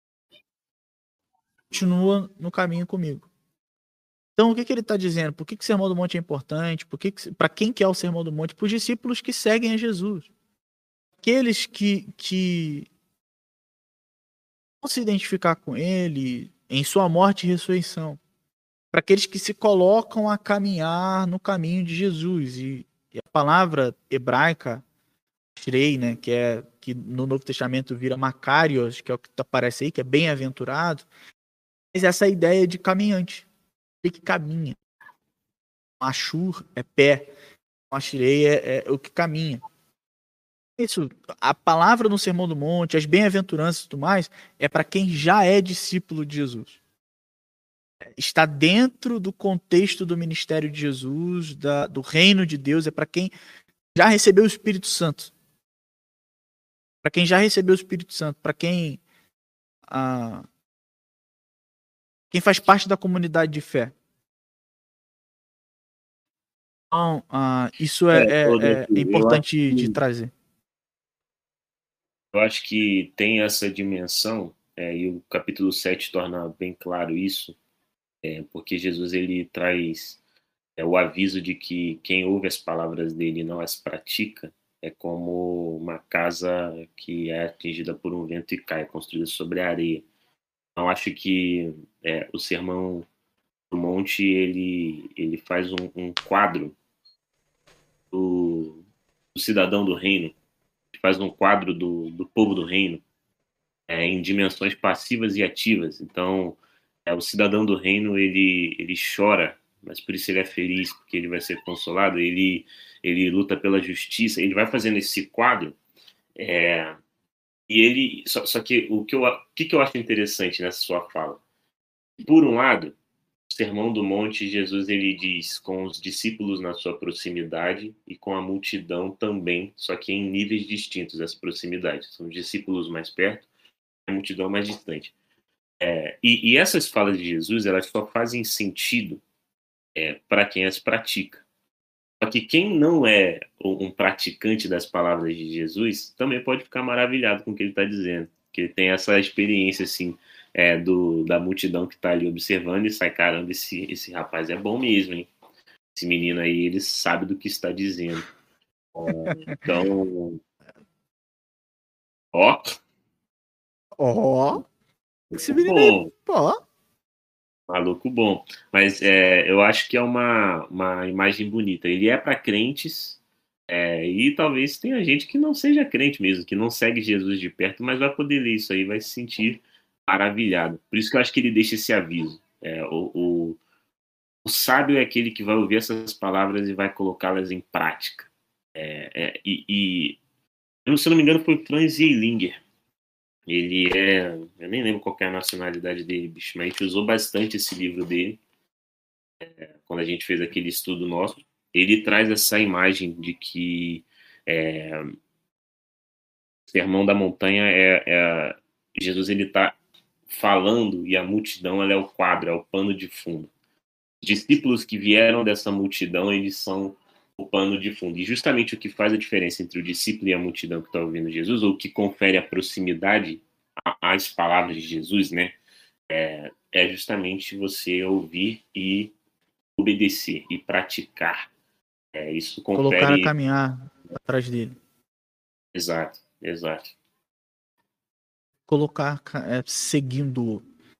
Continua no caminho comigo. Então, o que ele está dizendo? Por que o Sermão do Monte é importante? Para quem que é o Sermão do Monte? Para os discípulos que seguem a Jesus. Aqueles que vão se identificar com ele em sua morte e ressurreição. Para aqueles que se colocam a caminhar no caminho de Jesus. E a palavra hebraica, Shrei, né, que no Novo Testamento vira Makarios, que é o que aparece aí, que é bem-aventurado, mas essa ideia de caminhante. Que caminha. Ashur é pé, Ashrei é o que caminha. Isso, a palavra no Sermão do Monte, as bem-aventuranças e tudo mais, é para quem já é discípulo de Jesus. Está dentro do contexto do ministério de Jesus, do reino de Deus, é para quem já recebeu o Espírito Santo. Para quem já recebeu o Espírito Santo, para quem faz parte da comunidade de fé. Então, isso é importante de trazer. Eu acho que tem essa dimensão e o capítulo 7 torna bem claro isso, porque Jesus ele traz o aviso de que quem ouve as palavras dele e não as pratica é como uma casa que é atingida por um vento e cai, construída sobre a areia. Então, acho que o Sermão do Monte ele faz um quadro do cidadão do reino, faz um quadro do povo do reino em dimensões passivas e ativas. Então, o cidadão do reino ele chora, mas por isso ele é feliz, porque ele vai ser consolado. Ele luta pela justiça. Ele vai fazendo esse quadro. E ele só que o que eu acho interessante nessa sua fala, por um lado, o Sermão do Monte, Jesus ele diz com os discípulos na sua proximidade e com a multidão também, só que em níveis distintos essa proximidade. São os discípulos mais perto, a multidão mais distante. E essas falas de Jesus, elas só fazem sentido para quem as pratica. Só que quem não é um praticante das palavras de Jesus também pode ficar maravilhado com o que ele está dizendo. Que ele tem essa experiência assim, da multidão que está ali observando e sai, caramba, esse rapaz é bom mesmo, hein? Esse menino aí, ele sabe do que está dizendo. Então, esse menino aí, maluco bom. Mas eu acho que é uma imagem bonita. Ele é para crentes, e talvez tenha gente que não seja crente mesmo, que não segue Jesus de perto, mas vai poder ler isso aí, vai se sentir maravilhado. Por isso que eu acho que ele deixa esse aviso. O sábio é aquele que vai ouvir essas palavras e vai colocá-las em prática. Se eu não me engano, foi Franz Zeilinger. Ele eu nem lembro qual é a nacionalidade dele, bicho, mas a gente usou bastante esse livro dele quando a gente fez aquele estudo nosso. Ele traz essa imagem de que o Sermão da Montanha Jesus ele está falando e a multidão ela é o quadro, é o pano de fundo. Os discípulos que vieram dessa multidão, eles são o pano de fundo. E justamente o que faz a diferença entre o discípulo e a multidão que está ouvindo Jesus, ou que confere a proximidade às palavras de Jesus, né? É justamente você ouvir e obedecer e praticar. Isso confere... Colocar a caminhar atrás dele. Exato. Colocar seguindo.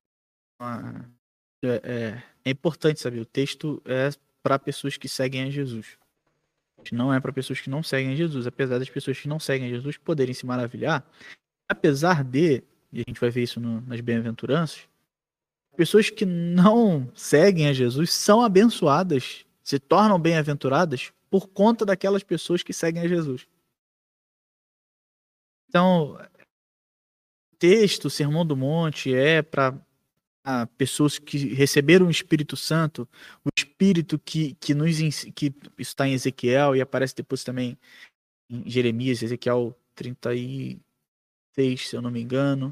É importante saber, o texto é para pessoas que seguem a Jesus. Não é para pessoas que não seguem a Jesus, apesar das pessoas que não seguem a Jesus poderem se maravilhar, apesar de, e a gente vai ver isso nas bem-aventuranças, pessoas que não seguem a Jesus são abençoadas, se tornam bem-aventuradas por conta daquelas pessoas que seguem a Jesus. Então, o texto, o Sermão do Monte é para pessoas que receberam o Espírito Santo, o Espírito que isso está em Ezequiel e aparece depois também em Jeremias, Ezequiel 36, se eu não me engano,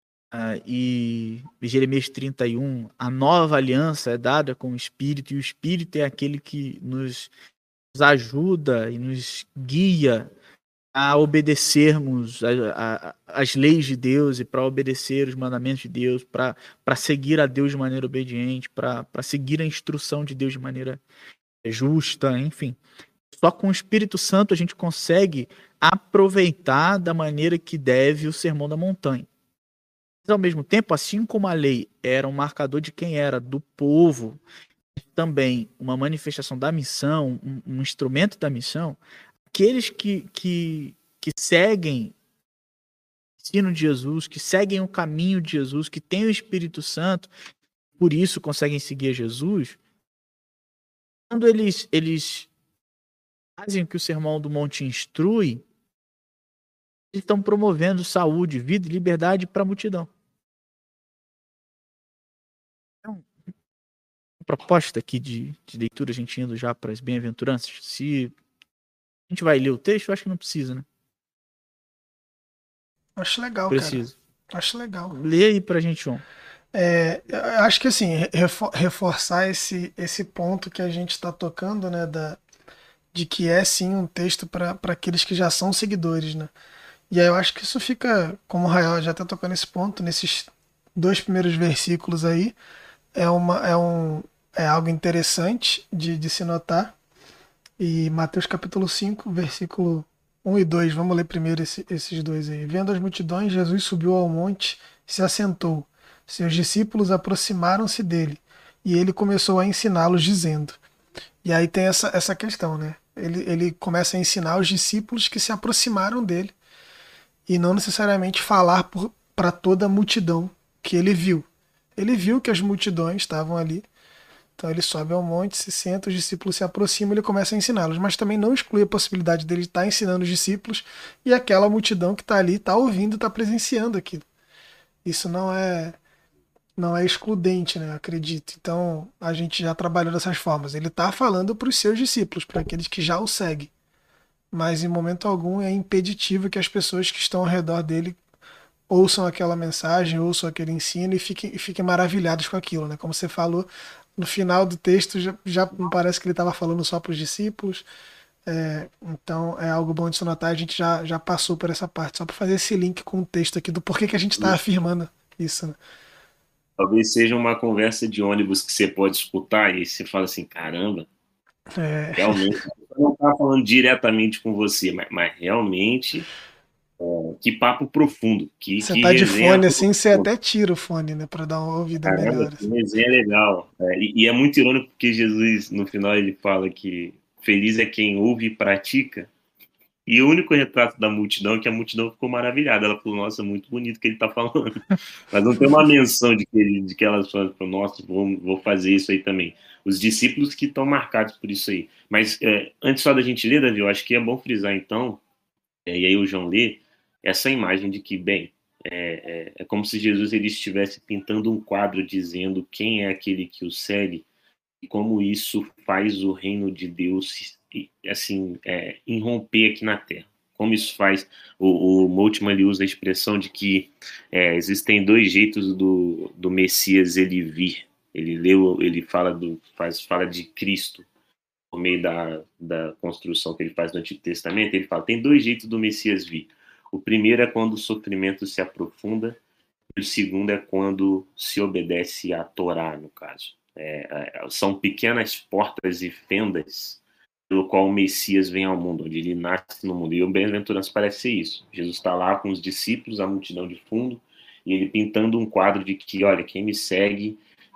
e Jeremias 31, a nova aliança é dada com o Espírito, e o Espírito é aquele que nos ajuda e nos guia a obedecermos as leis de Deus e para obedecer os mandamentos de Deus, para seguir a Deus de maneira obediente, para seguir a instrução de Deus de maneira justa, enfim. Só com o Espírito Santo a gente consegue aproveitar da maneira que deve o Sermão da Montanha. Mas, ao mesmo tempo, assim como a lei era um marcador de quem era do povo, também uma manifestação da missão, um instrumento da missão, aqueles que seguem o ensino de Jesus, que seguem o caminho de Jesus, que têm o Espírito Santo, por isso conseguem seguir a Jesus, quando eles fazem o que o Sermão do Monte instrui, eles estão promovendo saúde, vida e liberdade para a multidão. Então, a proposta aqui de leitura, a gente indo já para as bem-aventuranças, se a gente vai ler o texto, eu acho que não precisa, né? Acho legal, Preciso. Cara. Acho legal. Lê aí pra gente, João. Eu acho que assim, reforçar esse ponto que a gente está tocando, né, de que é sim um texto para aqueles que já são seguidores, né? E aí eu acho que isso fica, como o Rael já até tocou nesse ponto, nesses dois primeiros versículos aí, é algo interessante de se notar. E Mateus capítulo 5 versículo 1 e 2, vamos ler primeiro esses dois aí. Vendo as multidões, Jesus subiu ao monte e se assentou. Seus discípulos aproximaram-se dele e ele começou a ensiná-los, dizendo. E aí tem essa questão, né? Ele começa a ensinar os discípulos que se aproximaram dele e não necessariamente falar para toda a multidão que ele viu. Ele viu que as multidões estavam ali, então ele sobe ao monte, se senta, os discípulos se aproximam e ele começa a ensiná-los, mas também não exclui a possibilidade dele estar ensinando os discípulos e aquela multidão que está ali está ouvindo, está presenciando aquilo. Isso não é excludente, né? Acredito. Então a gente já trabalhou dessas formas. Ele está falando para os seus discípulos, para aqueles que já o seguem, mas em momento algum é impeditivo que as pessoas que estão ao redor dele ouçam aquela mensagem, ouçam aquele ensino e fiquem maravilhados com aquilo, né? Como você falou, no final do texto já não parece que ele estava falando só para os discípulos. Então é algo bom de se notar, a gente já passou por essa parte, só para fazer esse link com o texto aqui do porquê que a gente está afirmando isso, né? Talvez seja uma conversa de ônibus que você pode escutar e você fala assim, caramba, É, realmente, eu não está falando diretamente com você, mas realmente, que papo profundo, você que tá de resenha fone assim, você profunda. até tira o fone, né, para dar uma ouvida Caramba, melhor, que assim. resenha legal. E é muito irônico porque Jesus, no final, ele fala que feliz é quem ouve e pratica. E o único retrato da multidão é que a multidão ficou maravilhada. Ela falou, nossa, muito bonito o que ele está falando. Mas não tem uma menção de que elas falam, nossa, vou fazer isso aí também. Os discípulos que estão marcados por isso aí. Mas antes só da gente ler, Davi, eu acho que é bom frisar então, e aí o João lê, essa imagem de que, bem, é como se Jesus ele estivesse pintando um quadro dizendo quem é aquele que o segue e como isso faz o reino de Deus assim irromper aqui na Terra. Como isso faz, o Moltmann ele usa a expressão de que existem dois jeitos do Messias ele vir. Ele fala de Cristo por meio da construção que ele faz no Antigo Testamento. Ele fala, tem dois jeitos do Messias vir. O primeiro é quando o sofrimento se aprofunda, e o segundo é quando se obedece à Torá, no caso. São pequenas portas e fendas pelo qual o Messias vem ao mundo, onde ele nasce no mundo. E o Bem-aventurança parece ser isso. Jesus está lá com os discípulos, a multidão de fundo, e ele pintando um quadro de que, olha, quem me segue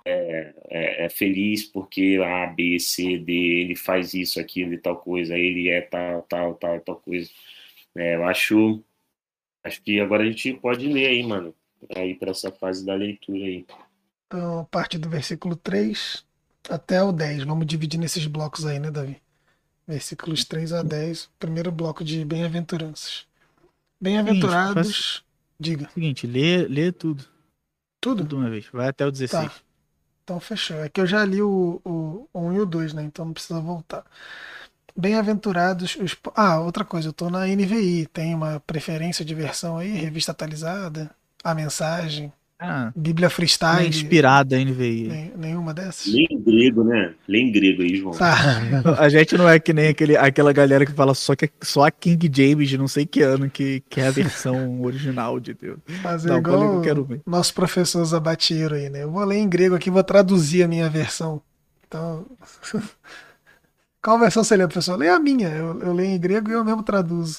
é feliz porque A, B, C, D, ele faz isso, aquilo e tal coisa, ele é tal coisa. Eu acho que agora a gente pode ler aí, mano, aí para essa fase da leitura aí. Então, a partir do versículo 3 até o 10. Vamos dividir nesses blocos aí, né, Davi? Versículos 3 a 10, primeiro bloco de bem-aventuranças. Seguinte, faz Bem-aventurados, diga, o seguinte, lê tudo. tudo? Tudo de uma vez. Vai até o Tá, 16. então fechou. É que eu já li o 1 e o 2, né? Então não precisa voltar. Bem-aventurados os. Outra coisa, eu tô na NVI. Tem uma preferência de versão aí? Revista atualizada? A mensagem? Ah, Bíblia uma Freestyle? inspirada NVI. Nenhuma dessas? Lê em grego, né? Lê em grego aí, João. Tá. A gente não é que nem aquela galera que fala só a King James de não sei que ano que é a versão original de Deus. Fazer Não, pode ler que eu igual quero o ver. nosso professor Zabatiero aí, né? Eu vou ler em grego aqui, vou traduzir a minha versão. Então, qual versão você lê, professor? Lê a minha. Eu leio em grego e eu mesmo traduzo.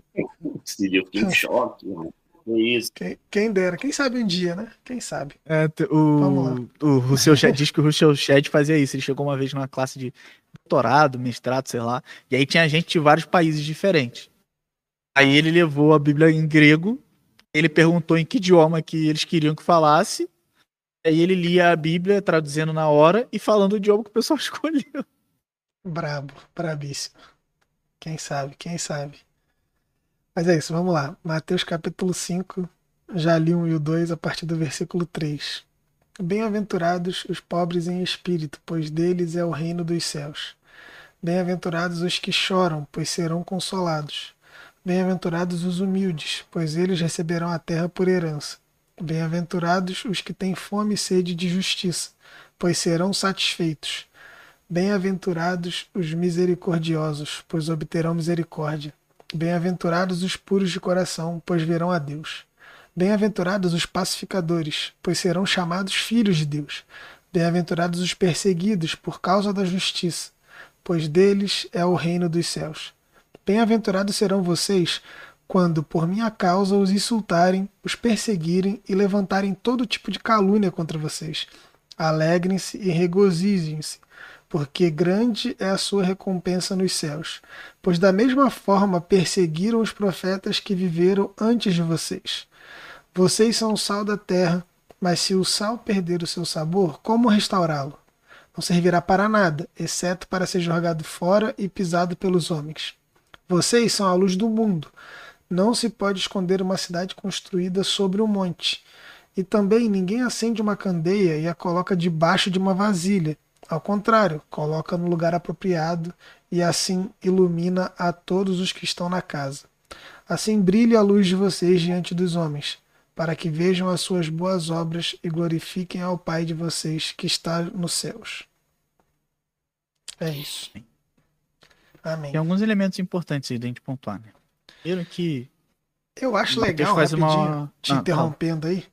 Eu fiquei em choque, mano. É isso. Quem dera. Quem sabe um dia, né? Quem sabe? Vamos lá. O Russell Shedd diz que o Russell Shedd fazia isso. Ele chegou uma vez numa classe de doutorado, mestrado, sei lá. E aí tinha gente de vários países diferentes. Aí ele levou a Bíblia em grego. Ele perguntou em que idioma que eles queriam que falasse. Aí ele lia a Bíblia, traduzindo na hora e falando o idioma que o pessoal escolheu. Brabo, brabíssimo. Quem sabe, quem sabe. Mas é isso, vamos lá. Mateus capítulo 5, já li 1 e o 2 a partir do versículo 3. Bem-aventurados os pobres em espírito, pois deles é o reino dos céus. Bem-aventurados os que choram, pois serão consolados. Bem-aventurados os humildes, pois eles receberão a terra por herança. Bem-aventurados os que têm fome e sede de justiça, pois serão satisfeitos. Bem-aventurados os misericordiosos, pois obterão misericórdia. Bem-aventurados os puros de coração, pois verão a Deus. Bem-aventurados os pacificadores, pois serão chamados filhos de Deus. Bem-aventurados os perseguidos por causa da justiça, pois deles é o reino dos céus. Bem-aventurados serão vocês quando, por minha causa, os insultarem, os perseguirem e levantarem todo tipo de calúnia contra vocês. Alegrem-se e regozijem-se, porque grande é a sua recompensa nos céus. Pois da mesma forma perseguiram os profetas que viveram antes de vocês. Vocês são o sal da terra, mas se o sal perder o seu sabor, como restaurá-lo? Não servirá para nada, exceto para ser jogado fora e pisado pelos homens. Vocês são a luz do mundo. Não se pode esconder uma cidade construída sobre um monte. E também ninguém acende uma candeia e a coloca debaixo de uma vasilha. Ao contrário, coloca no lugar apropriado e assim ilumina a todos os que estão na casa. Assim brilhe a luz de vocês diante dos homens, para que vejam as suas boas obras e glorifiquem ao Pai de vocês que está nos céus. É isso. Amém. Tem alguns elementos importantes aí da gente pontuar, né? Primeiro que... Eu acho legal, rapidinho, te interrompendo aí,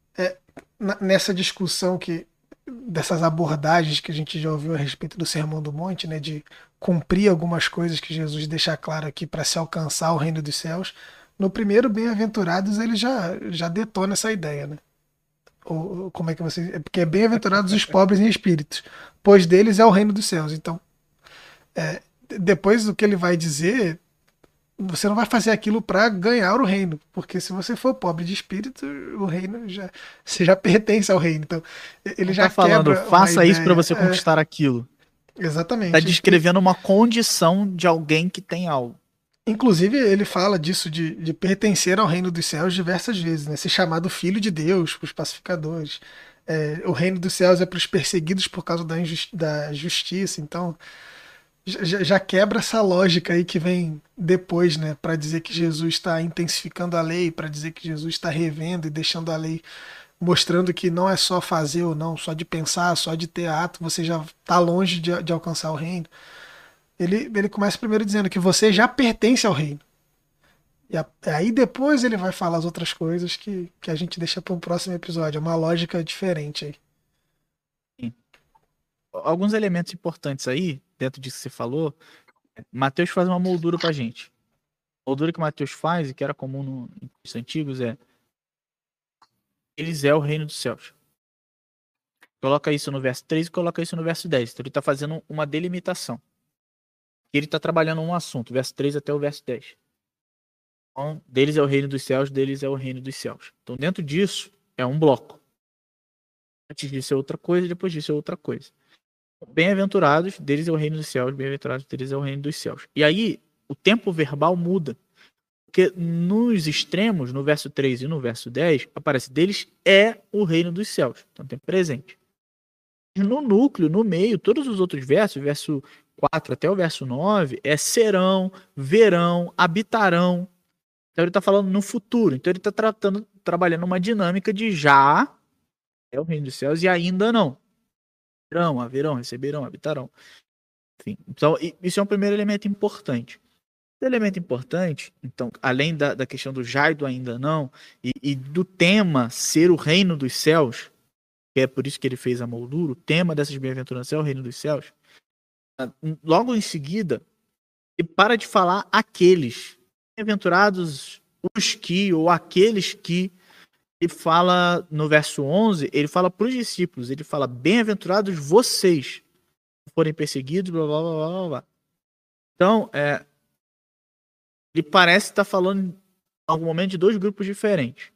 nessa discussão dessas abordagens que a gente já ouviu a respeito do Sermão do Monte, né, de cumprir algumas coisas que Jesus deixa claro aqui para se alcançar o reino dos céus. No primeiro, Bem-aventurados, ele já detona essa ideia, né? Ou como é que você... Porque é bem-aventurados os pobres em espíritos, pois deles é o reino dos céus. Então, depois do que ele vai dizer, você não vai fazer aquilo para ganhar o reino, porque se você for pobre de espírito, o reino você já pertence ao reino. Então, ele não já tá falando, quebra faça isso para você conquistar aquilo. Exatamente. Tá descrevendo uma condição de alguém que tem algo. Inclusive, ele fala disso, de pertencer ao reino dos céus diversas vezes, né? Ser chamado filho de Deus para os pacificadores. O reino dos céus é para os perseguidos por causa da justiça. Então, já quebra essa lógica aí que vem depois, né? Para dizer que Jesus está intensificando a lei, para dizer que Jesus está revendo e deixando a lei, mostrando que não é só fazer ou não, só de pensar, só de ter ato, você já está longe de alcançar o reino. Ele começa primeiro dizendo que você já pertence ao reino. E aí depois ele vai falar as outras coisas que a gente deixa para um próximo episódio. É uma lógica diferente aí. Sim. Alguns elementos importantes aí, dentro disso que você falou, Mateus faz uma moldura pra gente. A moldura que Mateus faz, e que era comum nos antigos, eles é o reino dos céus. Coloca isso no verso 3 e coloca isso no verso 10. Então ele está fazendo uma delimitação. Ele está trabalhando um assunto, verso 3 até o verso 10. Então, deles é o reino dos céus, deles é o reino dos céus. Então, dentro disso, é um bloco. Antes disso é outra coisa, depois disso é outra coisa. Bem-aventurados, deles é o reino dos céus, bem-aventurados, deles é o reino dos céus. E aí, o tempo verbal muda. Porque nos extremos, no verso 3 e no verso 10, aparece deles é o reino dos céus. Então, tem presente. No núcleo, no meio, todos os outros versos, verso 4 até o verso 9, serão, verão, habitarão. Então ele está falando no futuro. Então ele está trabalhando uma dinâmica de já é o reino dos céus e ainda não. Verão, haverão, receberão, habitarão. Enfim, então isso é um primeiro elemento importante. O elemento importante, então, além da questão do já e do ainda não, e do tema ser o reino dos céus, que é por isso que ele fez a moldura, o tema dessas bem-aventuranças é o reino dos céus. Logo em seguida, ele para de falar aqueles. Bem-aventurados os que, ou aqueles que, ele fala no verso 11, ele fala para os discípulos, ele fala, bem-aventurados vocês, forem perseguidos, blá, blá, blá, blá, blá. Então, ele parece estar falando, em algum momento, de dois grupos diferentes.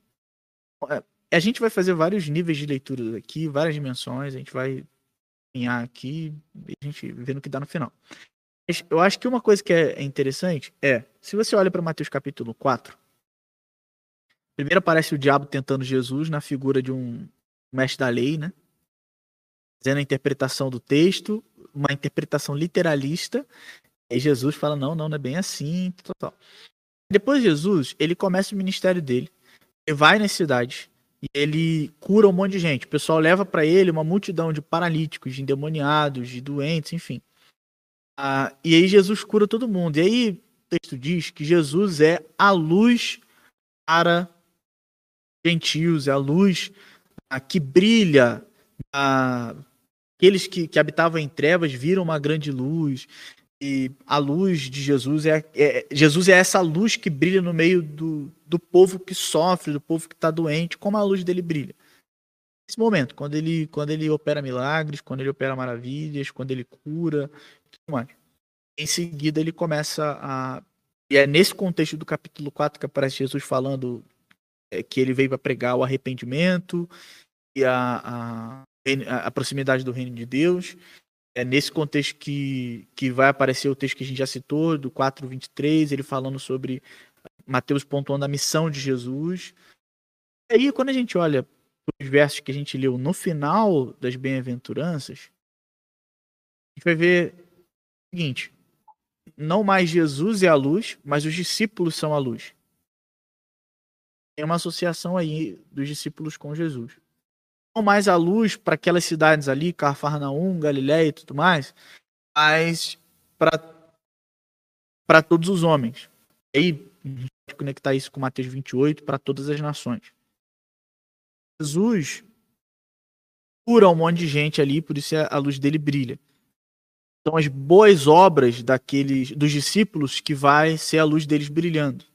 A gente vai fazer vários níveis de leitura aqui, várias dimensões, a gente vai caminhar aqui, e a gente vê no que dá no final. Eu acho que uma coisa que é interessante se você olha para Mateus capítulo 4, primeiro aparece o diabo tentando Jesus na figura de um mestre da lei, né? Fazendo a interpretação do texto, uma interpretação literalista, e Jesus fala, não é bem assim, tal. Depois Jesus, ele começa o ministério dele, ele vai nas cidades, e ele cura um monte de gente. O pessoal leva para ele uma multidão de paralíticos, de endemoniados, de doentes, enfim. E aí Jesus cura todo mundo. E aí texto diz que Jesus é a luz para gentios, é a luz que brilha. Aqueles que habitavam em trevas viram uma grande luz. E a luz de Jesus Jesus é essa luz que brilha no meio do povo que sofre, do povo que está doente, como a luz dele brilha. Nesse momento, quando ele opera milagres, quando ele opera maravilhas, quando ele cura, tudo mais. Em seguida, ele começa a... E é nesse contexto do capítulo 4 que aparece Jesus falando que ele veio para pregar o arrependimento e a proximidade do reino de Deus. É nesse contexto que vai aparecer o texto que a gente já citou, do 4:23, ele falando sobre Mateus pontuando a missão de Jesus. E aí, quando a gente olha os versos que a gente leu no final das bem-aventuranças, a gente vai ver o seguinte: não mais Jesus é a luz, mas os discípulos são a luz. Tem uma associação aí dos discípulos com Jesus. Não mais a luz para aquelas cidades ali, Cafarnaum, Galiléia e tudo mais, mas para todos os homens. E aí a gente pode conectar isso com Mateus 28, para todas as nações. Jesus cura um monte de gente ali, por isso a luz dele brilha. São as boas obras dos discípulos que vai ser a luz deles brilhando.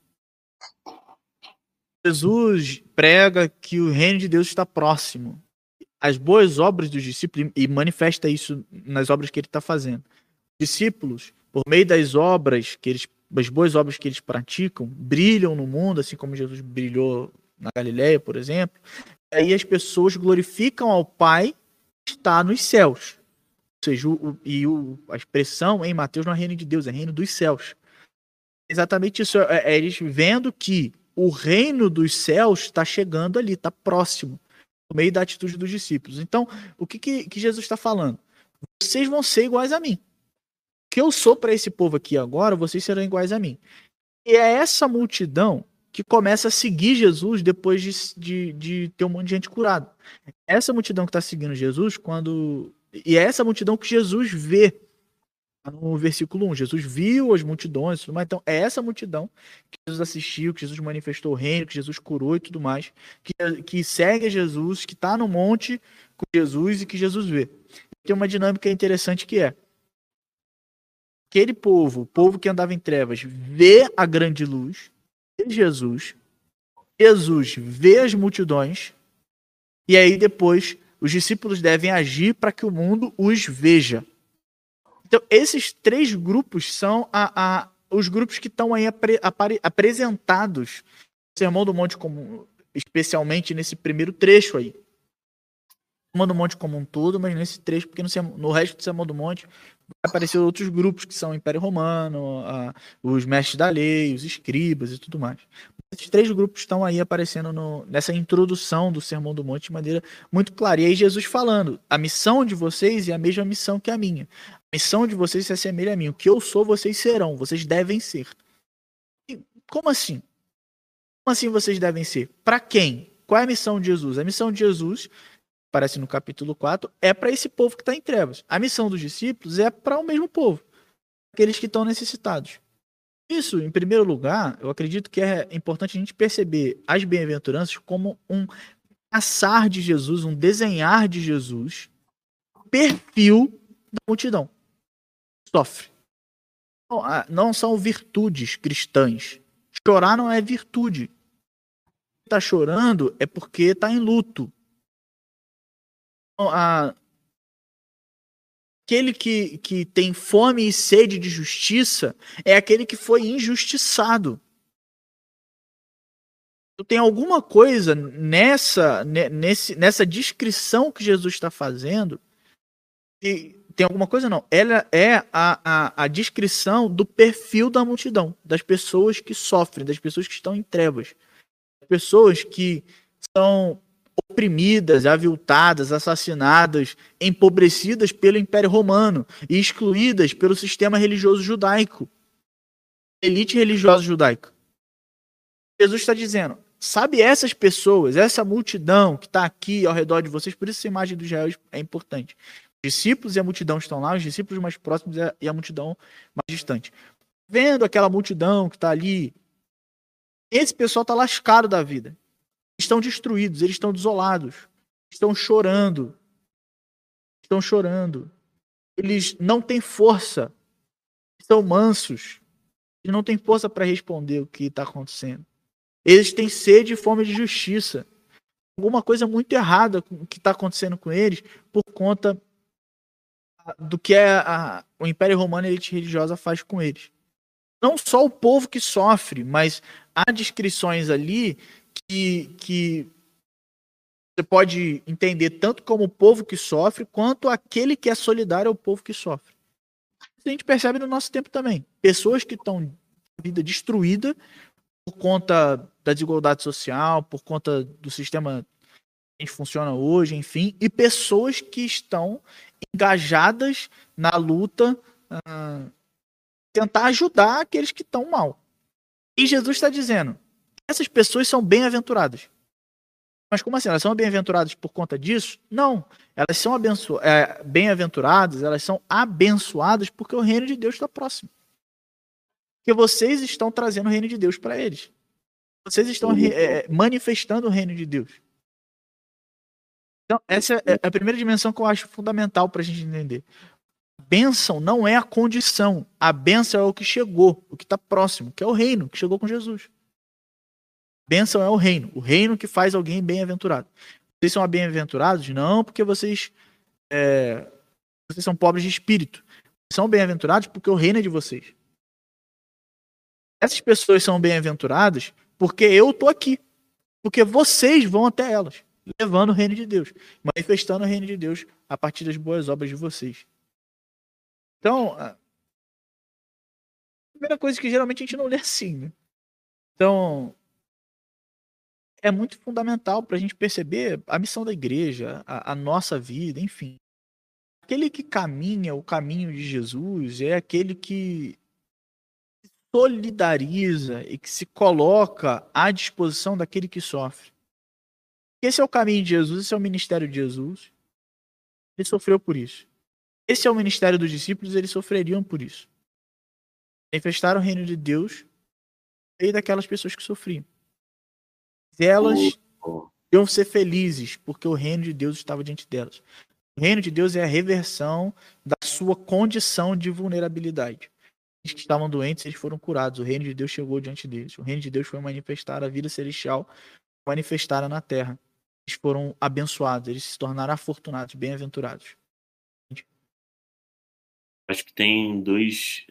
Jesus prega que o reino de Deus está próximo. As boas obras dos discípulos, e manifesta isso nas obras que ele está fazendo. Os discípulos, por meio das boas obras que eles praticam, brilham no mundo, assim como Jesus brilhou na Galiléia, por exemplo. Aí as pessoas glorificam ao Pai que está nos céus. Ou seja, a expressão em Mateus não é reino de Deus, é reino dos céus. Exatamente isso, é eles vendo que o reino dos céus está chegando ali, está próximo, no meio da atitude dos discípulos. Então, o que Jesus está falando? Vocês vão ser iguais a mim. O que eu sou para esse povo aqui agora, vocês serão iguais a mim. E é essa multidão que começa a seguir Jesus depois de ter um monte de gente curada. Essa multidão que está seguindo Jesus, e é essa multidão que Jesus vê no versículo 1. Jesus viu as multidões, tudo mais. Então, é essa multidão que Jesus assistiu, que Jesus manifestou o reino, que Jesus curou e tudo mais, que segue a Jesus, que está no monte com Jesus e que Jesus vê. Tem uma dinâmica interessante que é aquele povo, o povo que andava em trevas, vê a grande luz de Jesus, Jesus vê as multidões, e aí depois os discípulos devem agir para que o mundo os veja. Então, esses três grupos são os grupos que estão aí apresentados no Sermão do Monte, especialmente nesse primeiro trecho aí. O Sermão do Monte como um todo, mas nesse trecho, porque no resto do Sermão do Monte vai aparecer outros grupos que são o Império Romano, os mestres da lei, os escribas e tudo mais. Esses três grupos estão aí aparecendo nessa introdução do Sermão do Monte de maneira muito clara. E aí Jesus falando, a missão de vocês é a mesma missão que a minha. A missão de vocês se assemelha a mim. O que eu sou, vocês serão. Vocês devem ser. E como assim? Como assim vocês devem ser? Para quem? Qual é a missão de Jesus? A missão de Jesus, aparece no capítulo 4, é para esse povo que está em trevas. A missão dos discípulos é para o mesmo povo. Aqueles que estão necessitados. Isso, em primeiro lugar, eu acredito que é importante a gente perceber as bem-aventuranças como um traçar de Jesus, um desenhar de Jesus, perfil da multidão. Sofre. Não são virtudes cristãs. Chorar não é virtude. Quem está chorando é porque está em luto. Aquele que tem fome e sede de justiça é aquele que foi injustiçado. Tem alguma coisa nessa descrição que Jesus está fazendo. Tem alguma coisa não. Ela é a descrição do perfil da multidão, das pessoas que sofrem, das pessoas que estão em trevas, das pessoas que são oprimidas, aviltadas, assassinadas, empobrecidas pelo Império Romano e excluídas pelo sistema religioso judaico, elite religiosa judaica. Jesus está dizendo, sabe essas pessoas, essa multidão que está aqui ao redor de vocês, por isso essa imagem do Israel é importante. Os discípulos e a multidão estão lá, os discípulos mais próximos e a multidão mais distante. vendo aquela multidão que está ali. Esse pessoal está lascado da vida. Estão destruídos, eles estão desolados. Estão chorando. Estão chorando. Eles não têm força. São mansos. Eles não têm força para responder o que está acontecendo. Eles têm sede e fome de justiça. Alguma coisa muito errada com o que está acontecendo com eles por conta do que o Império Romano e a elite religiosa faz com eles. Não só o povo que sofre, mas há descrições ali que você pode entender tanto como o povo que sofre, quanto aquele que é solidário ao povo que sofre. Isso a gente percebe no nosso tempo também. Pessoas que estão com a vida destruída por conta da desigualdade social, por conta do sistema que a gente funciona hoje, enfim, e pessoas que estão engajadas na luta, tentar ajudar aqueles que estão mal. E Jesus está dizendo que essas pessoas são bem-aventuradas. Mas como assim? Elas são bem-aventuradas por conta disso? Não. Elas são bem-aventuradas, elas são abençoadas porque o reino de Deus está próximo. Porque vocês estão trazendo o reino de Deus para eles. Vocês estão manifestando o reino de Deus. Então, essa é a primeira dimensão que eu acho fundamental para a gente entender. A bênção não é a condição. A bênção é o que chegou, o que está próximo, que é o reino, que chegou com Jesus. Bênção é o reino que faz alguém bem-aventurado. Vocês são bem-aventurados? Não, porque vocês são pobres de espírito. São bem-aventurados porque o reino é de vocês. Essas pessoas são bem-aventuradas porque eu estou aqui. Porque vocês vão até elas, levando o reino de Deus, manifestando o reino de Deus a partir das boas obras de vocês. Então, a primeira coisa que geralmente a gente não lê assim, né? Então, é muito fundamental para a gente perceber a missão da igreja, a nossa vida, enfim. Aquele que caminha o caminho de Jesus é aquele que solidariza e que se coloca à disposição daquele que sofre. Esse é o caminho de Jesus, esse é o ministério de Jesus. Ele sofreu por isso. Esse é o ministério dos discípulos, eles sofreriam por isso. Manifestaram o reino de Deus e daquelas pessoas que sofriam. Elas iam ser felizes porque o reino de Deus estava diante delas. O reino de Deus é a reversão da sua condição de vulnerabilidade. Os que estavam doentes, eles foram curados. O reino de Deus chegou diante deles. O reino de Deus foi manifestar a vida celestial manifestada na terra. Eles foram abençoados, eles se tornaram afortunados, bem-aventurados. Acho que tem dois.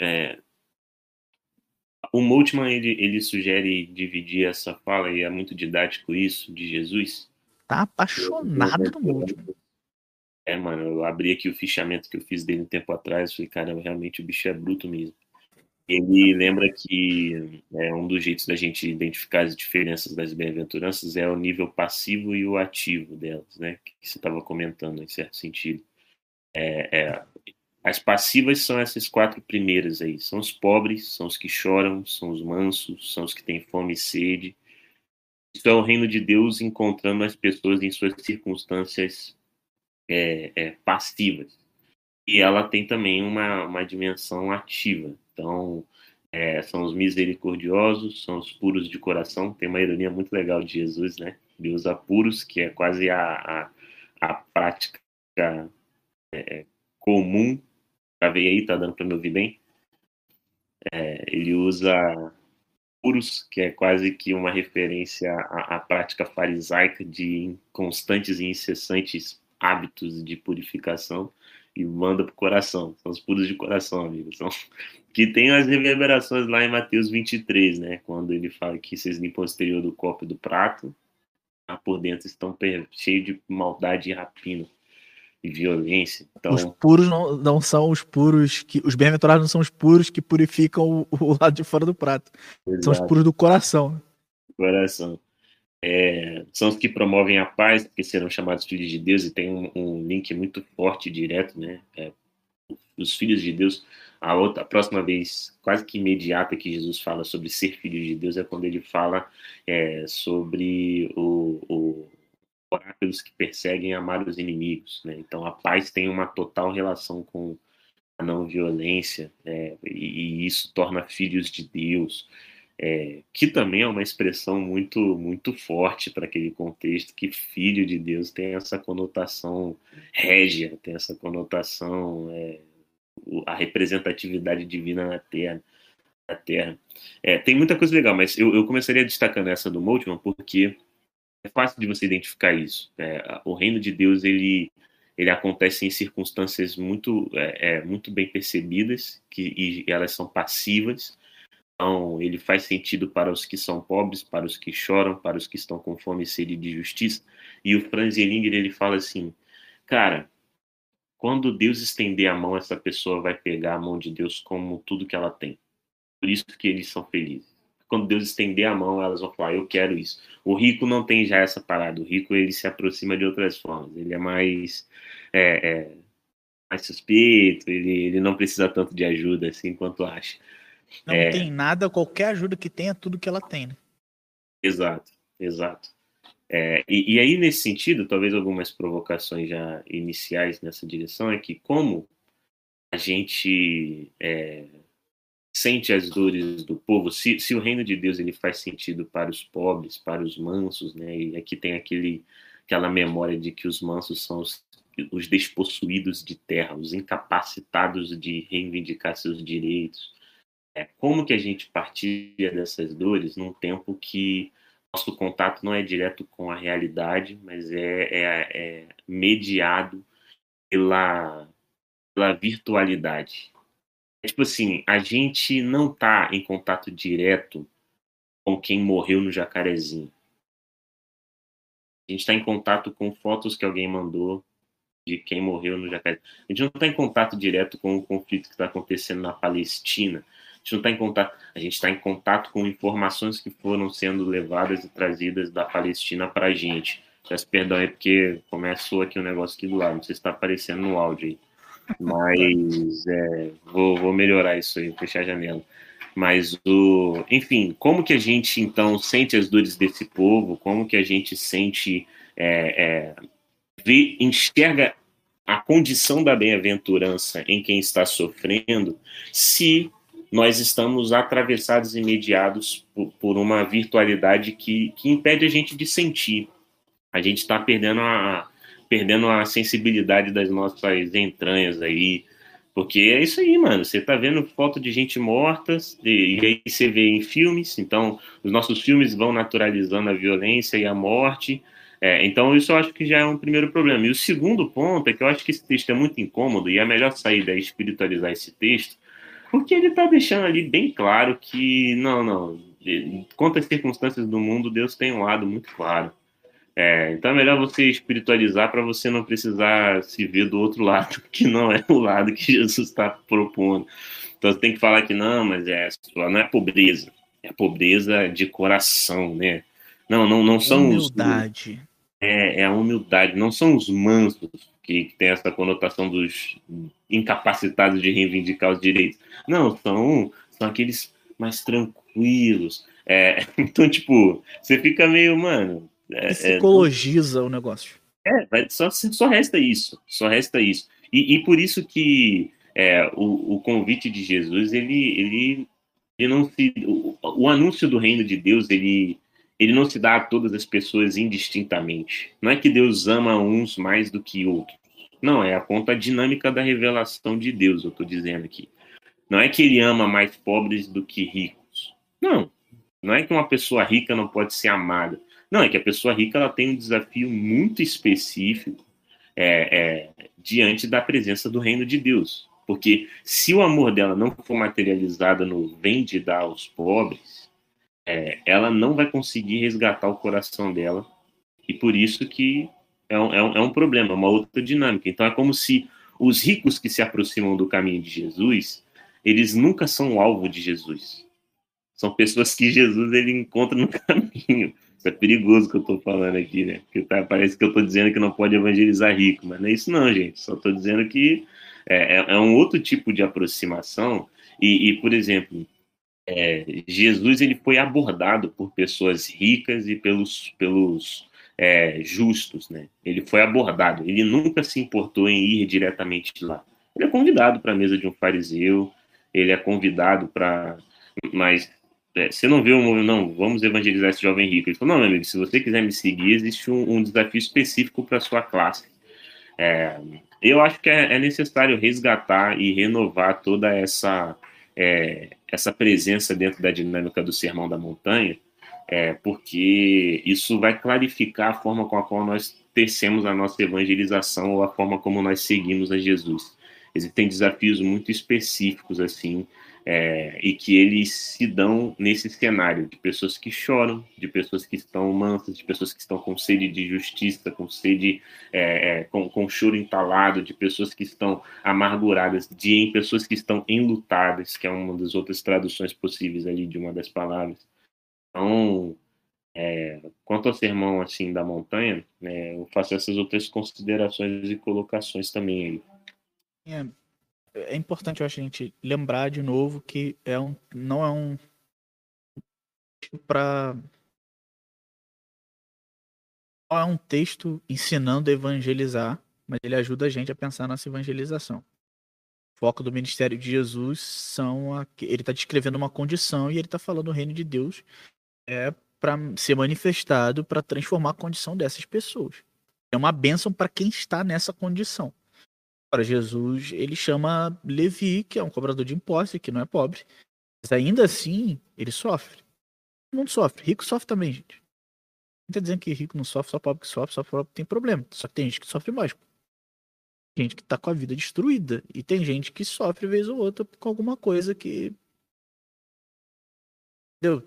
O Moltmann ele sugere dividir essa fala, e é muito didático isso, de Jesus. Tá apaixonado no Moltmann. Mano, eu abri aqui o fichamento que eu fiz dele um tempo atrás, falei, caramba, realmente o bicho é bruto mesmo. Ele lembra que um dos jeitos da gente identificar as diferenças das bem-aventuranças é o nível passivo e o ativo delas, né? Que você estava comentando, em certo sentido. As passivas são essas 4 primeiras aí. São os pobres, são os que choram, são os mansos, são os que têm fome e sede. Isso é o reino de Deus encontrando as pessoas em suas circunstâncias passivas. E ela tem também uma dimensão ativa. Então, são os misericordiosos, são os puros de coração. Tem uma ironia muito legal de Jesus, né? Ele usa puros, que é quase a prática comum. Pra ver aí, tá dando para me ouvir bem? Ele usa puros, que é quase que uma referência à prática farisaica de constantes e incessantes hábitos de purificação, e manda pro coração. São os puros de coração, amigos. Que tem as reverberações lá em Mateus 23, né? Quando ele fala que vocês limpam o exterior do copo e do prato, por dentro estão cheios de maldade e rapina e violência. Então, os puros não são os puros que. Os bem-aventurados não são os puros que purificam o lado de fora do prato. Exato. São os puros do coração. Coração. São os que promovem a paz, porque serão chamados filhos de Deus, e tem um link muito forte, direto, né? Os filhos de Deus. A próxima vez, quase que imediata, que Jesus fala sobre ser filho de Deus é quando ele fala sobre orar pelos que perseguem e amar os inimigos, né? Então a paz tem uma total relação com a não violência, e isso torna filhos de Deus, que também é uma expressão muito, muito forte para aquele contexto, que filho de Deus tem essa conotação régia, tem essa conotação, a representatividade divina na Terra. Tem muita coisa legal, mas eu começaria destacando essa do Moltmann, porque é fácil de você identificar isso. O reino de Deus, ele acontece em circunstâncias muito bem percebidas, e elas são passivas. Então, ele faz sentido para os que são pobres, para os que choram, para os que estão com fome e sede de justiça. E o Franz Jelinger, ele fala assim, cara, quando Deus estender a mão, essa pessoa vai pegar a mão de Deus como tudo que ela tem. Por isso que eles são felizes. Quando Deus estender a mão, elas vão falar, eu quero isso. O rico não tem já essa parada. O rico, ele se aproxima de outras formas. Ele é mais suspeito, ele não precisa tanto de ajuda assim quanto acha. Não tem nada, qualquer ajuda que tenha, tudo que ela tem, né? Exato. E aí, nesse sentido, talvez algumas provocações já iniciais nessa direção é que como a gente sente as dores do povo, se o reino de Deus ele faz sentido para os pobres, para os mansos, né? E aqui tem aquela memória de que os mansos são os despossuídos de terra, os incapacitados de reivindicar seus direitos. Como que a gente partilha dessas dores num tempo que nosso contato não é direto com a realidade, mas é mediado pela virtualidade. Tipo assim, a gente não está em contato direto com quem morreu no Jacarezinho. A gente está em contato com fotos que alguém mandou de quem morreu no Jacarezinho. A gente não está em contato direto com o conflito que está acontecendo na Palestina. A gente está em contato com informações que foram sendo levadas e trazidas da Palestina para a gente. Peço perdão aí porque começou aqui um negócio aqui do lado, não sei se está aparecendo no áudio aí. Mas vou melhorar isso aí, fechar a janela. Mas, enfim, como que a gente, então, sente as dores desse povo? Como que a gente sente, enxerga a condição da bem-aventurança em quem está sofrendo, se nós estamos atravessados e mediados por uma virtualidade que impede a gente de sentir. A gente está perdendo a sensibilidade das nossas entranhas aí, porque é isso aí, mano, você tá vendo foto de gente morta, e aí você vê em filmes, então os nossos filmes vão naturalizando a violência e a morte, então isso eu acho que já é um primeiro problema. E o segundo ponto é que eu acho que esse texto é muito incômodo, e a melhor saída é espiritualizar esse texto, porque ele tá deixando ali bem claro que, não, quanto às circunstâncias do mundo, Deus tem um lado muito claro. Então é melhor você espiritualizar para você não precisar se ver do outro lado, que não é o lado que Jesus está propondo. Então você tem que falar que não, mas não é pobreza, é pobreza de coração, né? Não são humildade. É a humildade, não são os mansos que tem essa conotação dos incapacitados de reivindicar os direitos. Não, são aqueles mais tranquilos. Então, tipo, você fica meio, mano... Psicologiza o negócio. Só resta isso. Só resta isso. E por isso que o convite de Jesus, ele não se... O anúncio do reino de Deus, ele não se dá a todas as pessoas indistintamente. Não é que Deus ama uns mais do que outros. Não, aponta a dinâmica da revelação de Deus, eu estou dizendo aqui. Não é que ele ama mais pobres do que ricos. Não é que uma pessoa rica não pode ser amada. Não, é que a pessoa rica ela tem um desafio muito específico diante da presença do reino de Deus. Porque se o amor dela não for materializado no vem de dar aos pobres, ela não vai conseguir resgatar o coração dela. E por isso que é um problema, uma outra dinâmica. Então é como se os ricos que se aproximam do caminho de Jesus, eles nunca são o alvo de Jesus. São pessoas que Jesus ele encontra no caminho. Isso é perigoso que eu estou falando aqui, né? Porque parece que eu estou dizendo que não pode evangelizar rico, mas não é isso não, gente. Só estou dizendo que é um outro tipo de aproximação. E por exemplo, Jesus ele foi abordado por pessoas ricas e pelos justos, né? Ele foi abordado. Ele nunca se importou em ir diretamente lá. Ele é convidado para a mesa de um fariseu, ele é convidado para... Mas você não vê o movimento, não, vamos evangelizar esse jovem rico. Ele falou, não, meu amigo, se você quiser me seguir, existe um desafio específico para a sua classe. Eu acho que é necessário resgatar e renovar toda essa presença dentro da dinâmica do Sermão da Montanha, porque isso vai clarificar a forma com a qual nós tecemos a nossa evangelização ou a forma como nós seguimos a Jesus. Existem desafios muito específicos, assim, e que eles se dão nesse cenário de pessoas que choram, de pessoas que estão mansas, de pessoas que estão com sede de justiça, com sede, com choro entalado, de pessoas que estão amarguradas, de pessoas que estão enlutadas, que é uma das outras traduções possíveis ali de uma das palavras. Então, quanto ao sermão assim da montanha, eu faço essas outras considerações e colocações também aí. É importante, eu acho, a gente lembrar de novo que não é um para não é um texto ensinando a evangelizar, mas ele ajuda a gente a pensar nessa evangelização. O foco do ministério de Jesus ele está descrevendo uma condição e ele está falando o reino de Deus para ser manifestado, para transformar a condição dessas pessoas. É uma bênção para quem está nessa condição. Agora, Jesus, ele chama Levi, que é um cobrador de impostos, que não é pobre, mas ainda assim, ele sofre. Todo mundo sofre. Rico sofre também, gente. Não está dizendo que rico não sofre, só pobre que sofre, só pobre tem problema. Só que tem gente que sofre mais. Tem gente que está com a vida destruída. E tem gente que sofre vez ou outra com alguma coisa que... Entendeu?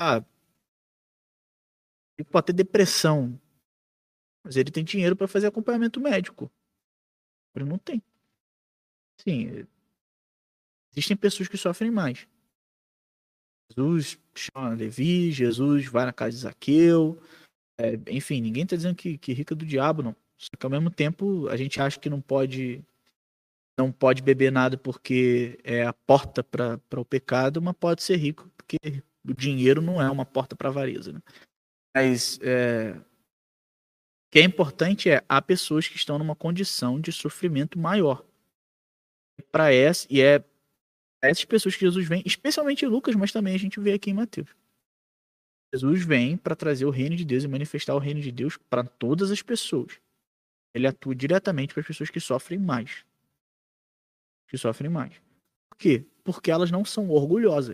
Ele pode ter depressão, mas ele tem dinheiro para fazer acompanhamento médico. Ele não tem. Sim, existem pessoas que sofrem mais. Jesus chama Levi, Jesus vai na casa de Zaqueu. Enfim, ninguém está dizendo que rico é do diabo, não. Só que ao mesmo tempo a gente acha que não pode beber nada porque é a porta para o pecado, mas pode ser rico porque o dinheiro não é uma porta para a avareza, né? Mas o que é importante há pessoas que estão numa condição de sofrimento maior. Para essas pessoas que Jesus vem, especialmente em Lucas, mas também a gente vê aqui em Mateus. Jesus vem para trazer o reino de Deus e manifestar o reino de Deus para todas as pessoas. Ele atua diretamente para as pessoas que sofrem mais. Por quê? Porque elas não são orgulhosas.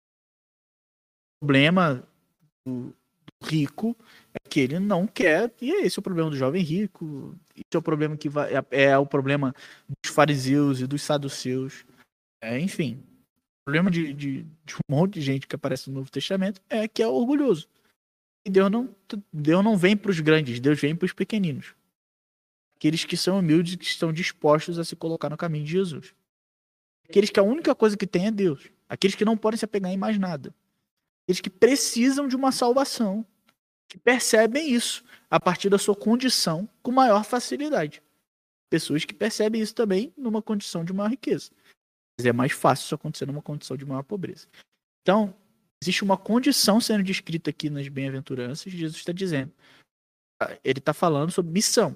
O problema do rico é que ele não quer, e esse é o problema do jovem rico, esse é o problema é o problema dos fariseus e dos saduceus. Enfim, o problema de um monte de gente que aparece no Novo Testamento é que é orgulhoso. E Deus não vem para os grandes, Deus vem para os pequeninos. Aqueles que são humildes e que estão dispostos a se colocar no caminho de Jesus. Aqueles que a única coisa que tem é Deus. Aqueles que não podem se apegar em mais nada. Aqueles que precisam de uma salvação. Que percebem isso a partir da sua condição com maior facilidade. Pessoas que percebem isso também numa condição de maior riqueza. Mas é mais fácil isso acontecer numa condição de maior pobreza. Então, existe uma condição sendo descrita aqui nas bem-aventuranças. Jesus está dizendo. Ele está falando sobre missão.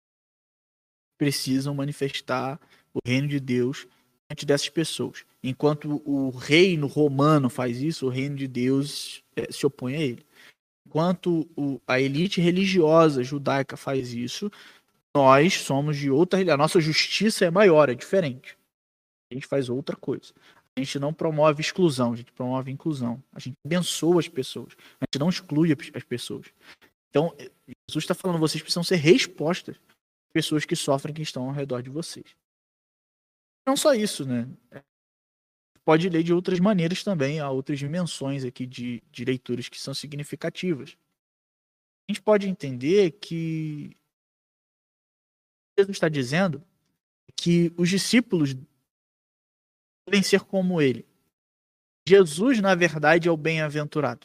Precisam manifestar o reino de Deus diante dessas pessoas. Enquanto o reino romano faz isso, o reino de Deus se opõe a ele. Enquanto a elite religiosa judaica faz isso, nós somos de outra religião. A nossa justiça é maior, é diferente. A gente faz outra coisa. A gente não promove exclusão, a gente promove inclusão. A gente abençoa as pessoas. A gente não exclui as pessoas. Então, Jesus está falando, vocês precisam ser respostas às pessoas que sofrem, que estão ao redor de vocês. Não só isso, né? Pode ler de outras maneiras também, há outras dimensões aqui de leituras que são significativas. A gente pode entender que Jesus está dizendo que os discípulos devem ser como ele. Jesus, na verdade, é o bem-aventurado.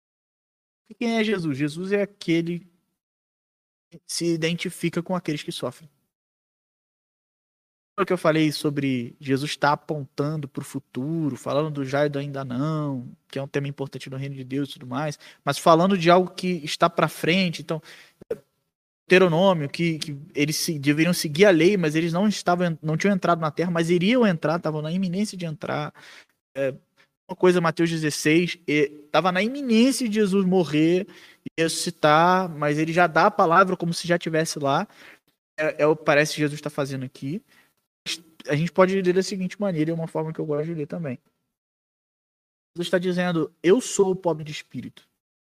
E quem é Jesus? Jesus é aquele que se identifica com aqueles que sofrem. O que eu falei sobre Jesus estar apontando para o futuro, falando do já e do ainda não, que é um tema importante no reino de Deus e tudo mais, mas falando de algo que está para frente. Então, Deuteronômio, que eles deveriam seguir a lei, mas eles não tinham entrado na terra, mas iriam entrar, estavam na iminência de entrar. Uma coisa, Mateus 16, estava na iminência de Jesus morrer e ressuscitar, mas ele já dá a palavra como se já estivesse lá. Parece que Jesus está fazendo aqui. A gente pode ler da seguinte maneira, é uma forma que eu gosto de ler também. Jesus está dizendo, eu sou o pobre de espírito.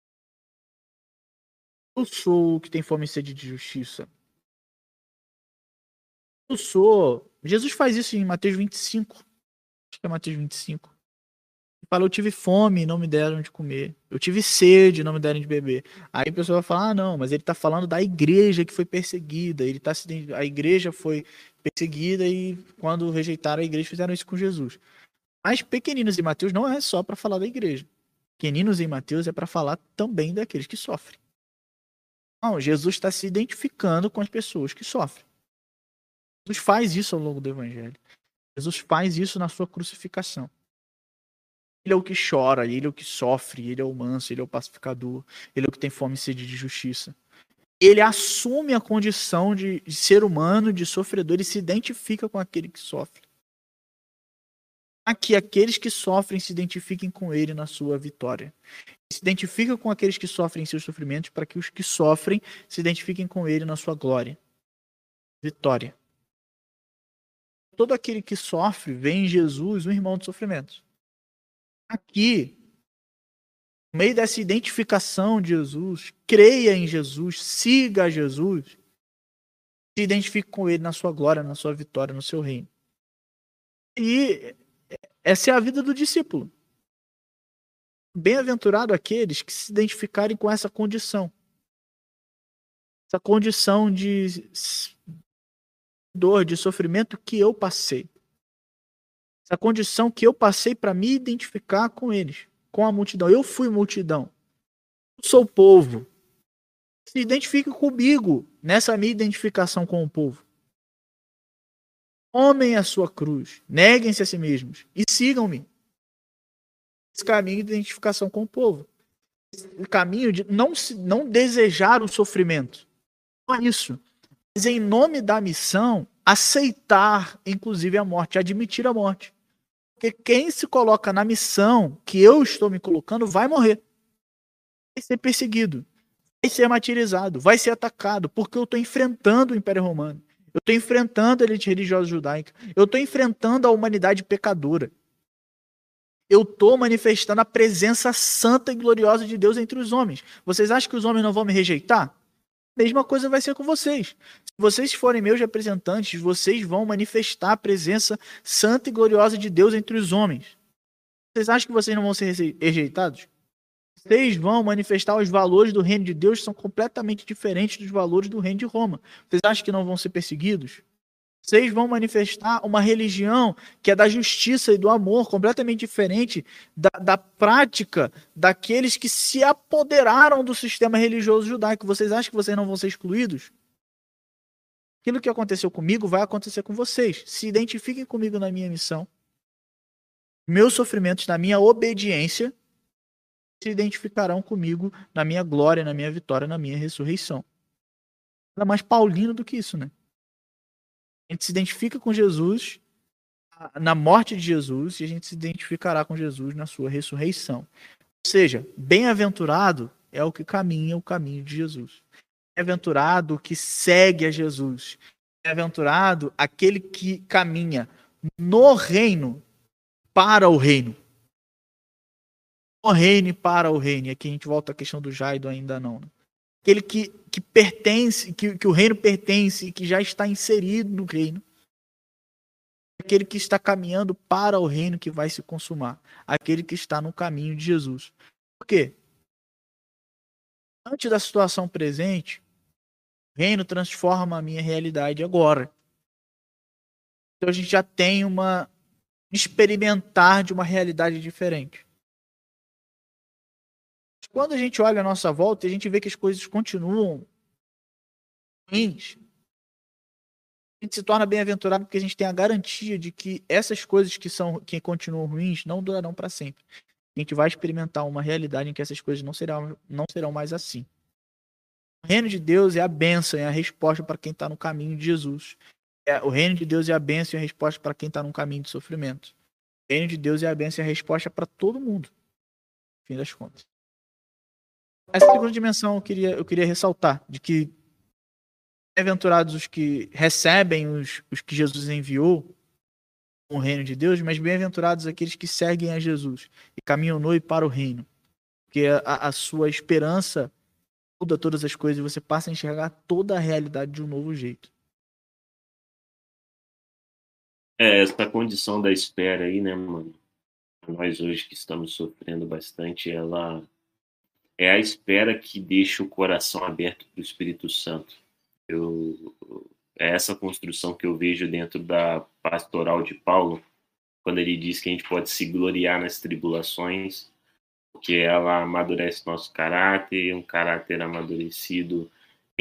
Eu sou o que tem fome e sede de justiça. Eu sou... Jesus faz isso em Mateus 25. Acho que é Mateus 25. Ele fala, eu tive fome e não me deram de comer. Eu tive sede e não me deram de beber. Aí a pessoa vai falar, não, mas ele está falando da igreja que foi perseguida. A igreja foi perseguida e quando rejeitaram a igreja fizeram isso com Jesus. Mas pequeninos em Mateus não é só para falar da igreja. Pequeninos em Mateus é para falar também daqueles que sofrem. Não, Jesus está se identificando com as pessoas que sofrem. Jesus faz isso ao longo do evangelho. Jesus faz isso na sua crucificação. Ele é o que chora, ele é o que sofre, ele é o manso, ele é o pacificador, ele é o que tem fome e sede de justiça. Ele assume a condição de ser humano, de sofredor, e se identifica com aquele que sofre. Para que aqueles que sofrem se identifiquem com ele na sua vitória. Se identifica com aqueles que sofrem em seus sofrimentos, para que os que sofrem se identifiquem com ele na sua glória. Vitória. Todo aquele que sofre vê em Jesus um irmão de sofrimento. Aqui, no meio dessa identificação de Jesus, creia em Jesus, siga a Jesus, se identifique com ele na sua glória, na sua vitória, no seu reino. E essa é a vida do discípulo. Bem-aventurado aqueles que se identificarem com essa condição. Essa condição de dor, de sofrimento que eu passei. Essa condição que eu passei para me identificar com eles, com a multidão. Eu fui multidão. Eu sou povo. Se identifique comigo nessa minha identificação com o povo. Tomem a sua cruz, neguem-se a si mesmos e sigam-me. Esse caminho de identificação com o povo. O caminho de não desejar o sofrimento. Não é isso. Mas em nome da missão, aceitar, inclusive, a morte, admitir a morte. Porque quem se coloca na missão que eu estou me colocando vai morrer. Vai ser perseguido. Vai ser martirizado. Vai ser atacado. Porque eu estou enfrentando o Império Romano. Eu estou enfrentando a elite religiosa judaica. Eu estou enfrentando a humanidade pecadora. Eu estou manifestando a presença santa e gloriosa de Deus entre os homens. Vocês acham que os homens não vão me rejeitar? A mesma coisa vai ser com vocês. Se vocês forem meus representantes, vocês vão manifestar a presença santa e gloriosa de Deus entre os homens. Vocês acham que vocês não vão ser rejeitados? Vocês vão manifestar os valores do reino de Deus que são completamente diferentes dos valores do reino de Roma. Vocês acham que não vão ser perseguidos? Vocês vão manifestar uma religião que é da justiça e do amor, completamente diferente da prática daqueles que se apoderaram do sistema religioso judaico. Vocês acham que vocês não vão ser excluídos? Aquilo que aconteceu comigo vai acontecer com vocês. Se identifiquem comigo na minha missão, meus sofrimentos, na minha obediência, se identificarão comigo na minha glória, na minha vitória, na minha ressurreição. Nada mais paulino do que isso, né? A gente se identifica com Jesus na morte de Jesus e a gente se identificará com Jesus na sua ressurreição. Ou seja, bem-aventurado é o que caminha o caminho de Jesus. Bem-aventurado o que segue a Jesus. Bem-aventurado aquele que caminha no reino para o reino. No reino e para o reino. E aqui a gente volta à questão do já e do ainda não, né? Aquele que pertence, que o reino pertence e que já está inserido no reino. Aquele que está caminhando para o reino que vai se consumar. Aquele que está no caminho de Jesus. Por quê? Antes da situação presente, o reino transforma a minha realidade agora. Então a gente já tem experimentar de uma realidade diferente. Quando a gente olha a nossa volta, a gente vê que as coisas continuam ruins. A gente se torna bem-aventurado porque a gente tem a garantia de que essas coisas que continuam ruins não durarão para sempre. A gente vai experimentar uma realidade em que essas coisas não serão mais assim. O reino de Deus é a bênção, é a resposta para quem está no caminho de Jesus. O reino de Deus é a bênção e a resposta para quem está num caminho de sofrimento. O reino de Deus é a bênção e a resposta para todo mundo, no fim das contas. Essa segunda dimensão eu queria ressaltar, de que bem-aventurados os que recebem os que Jesus enviou o reino de Deus, mas bem-aventurados aqueles que seguem a Jesus e caminham no e para o reino. Porque a sua esperança muda todas as coisas e você passa a enxergar toda a realidade de um novo jeito. Essa condição da espera aí, né, mano? Nós hoje que estamos sofrendo bastante, ela é a espera que deixa o coração aberto para o Espírito Santo. É essa construção que eu vejo dentro da pastoral de Paulo, quando ele diz que a gente pode se gloriar nas tribulações, porque ela amadurece nosso caráter, e um caráter amadurecido,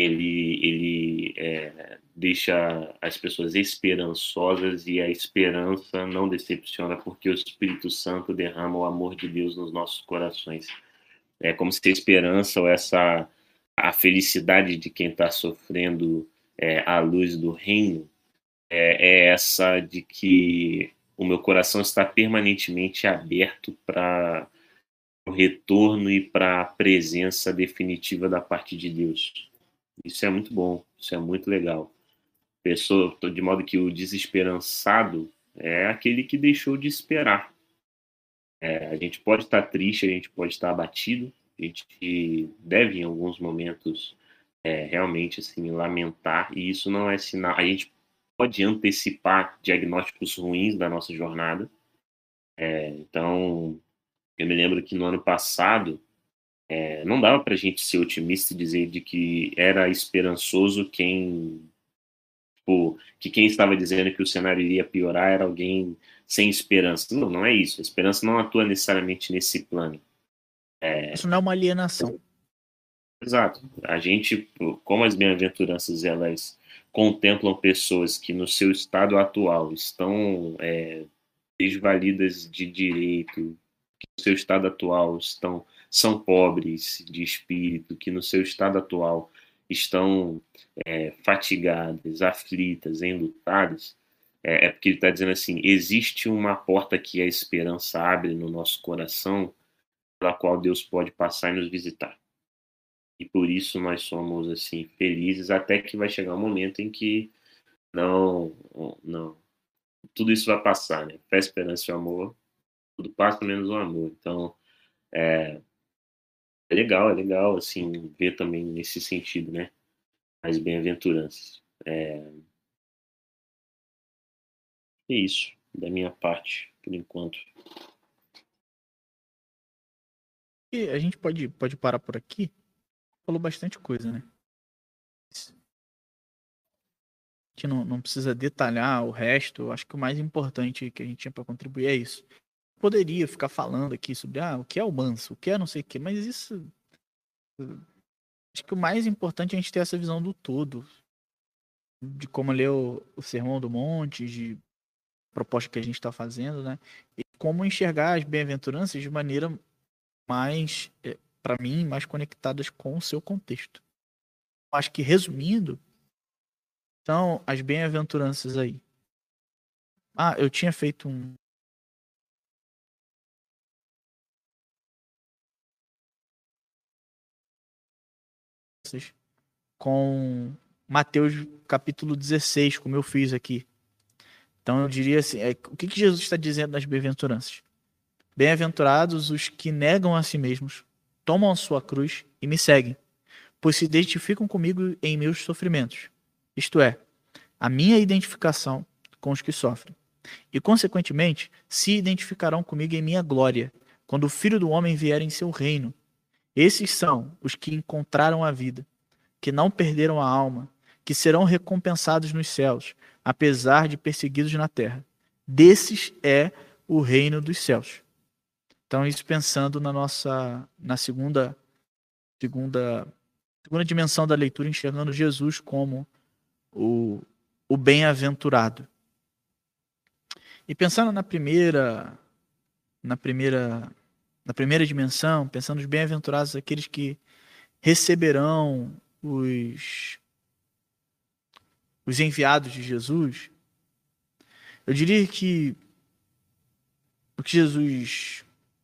ele deixa as pessoas esperançosas, e a esperança não decepciona, porque o Espírito Santo derrama o amor de Deus nos nossos corações. É como se a esperança ou a felicidade de quem está sofrendo à luz do reino é essa de que o meu coração está permanentemente aberto para o retorno e para a presença definitiva da parte de Deus. Isso é muito bom, isso é muito legal. De modo que o desesperançado é aquele que deixou de esperar. A gente pode estar triste, a gente pode estar abatido, a gente deve em alguns momentos realmente assim lamentar, e isso não é sinal. A gente pode antecipar diagnósticos ruins da nossa jornada. Então, eu me lembro que no ano passado não dava para a gente ser otimista e dizer de que era esperançoso que quem estava dizendo que o cenário iria piorar era alguém sem esperança. Não, não é isso. A esperança não atua necessariamente nesse plano. Isso não é uma alienação. Exato. A gente, como as bem-aventuranças, elas contemplam pessoas que no seu estado atual estão desvalidas de direito, que no seu estado atual são pobres de espírito, que no seu estado atual estão fatigadas, aflitas, enlutadas, porque ele está dizendo assim, existe uma porta que a esperança abre no nosso coração, pela qual Deus pode passar e nos visitar. E por isso nós somos assim felizes, até que vai chegar um momento em que não, tudo isso vai passar, né? Fé, esperança e amor, tudo passa menos o amor. Então, é legal, assim, ver também nesse sentido, né? As bem-aventuranças. É isso, da minha parte, por enquanto. E a gente pode parar por aqui. Falou bastante coisa, né? A gente não precisa detalhar o resto. Eu acho que o mais importante que a gente tinha para contribuir é isso. Poderia ficar falando aqui sobre o que é o manso, o que é não sei o que, mas isso... Acho que o mais importante é a gente ter essa visão do todo. De como ler o Sermão do Monte, de proposta que a gente está fazendo, né? E como enxergar as bem-aventuranças de maneira mais, para mim, mais conectadas com o seu contexto. Acho que, resumindo, são as bem-aventuranças aí. Eu tinha feito com Mateus capítulo 16, como eu fiz aqui. Então eu diria assim, o que Jesus está dizendo nas bem-aventuranças? Bem-aventurados os que negam a si mesmos, tomam a sua cruz e me seguem, pois se identificam comigo em meus sofrimentos. Isto é, a minha identificação com os que sofrem. E, consequentemente, se identificarão comigo em minha glória, quando o Filho do Homem vier em seu reino. Esses são os que encontraram a vida, que não perderam a alma, que serão recompensados nos céus, apesar de perseguidos na terra. Desses é o reino dos céus. Então, isso pensando na segunda dimensão da leitura, enxergando Jesus como o bem-aventurado. E pensando na primeira dimensão, pensando nos bem-aventurados, aqueles que receberão os enviados de Jesus, eu diria que o que Jesus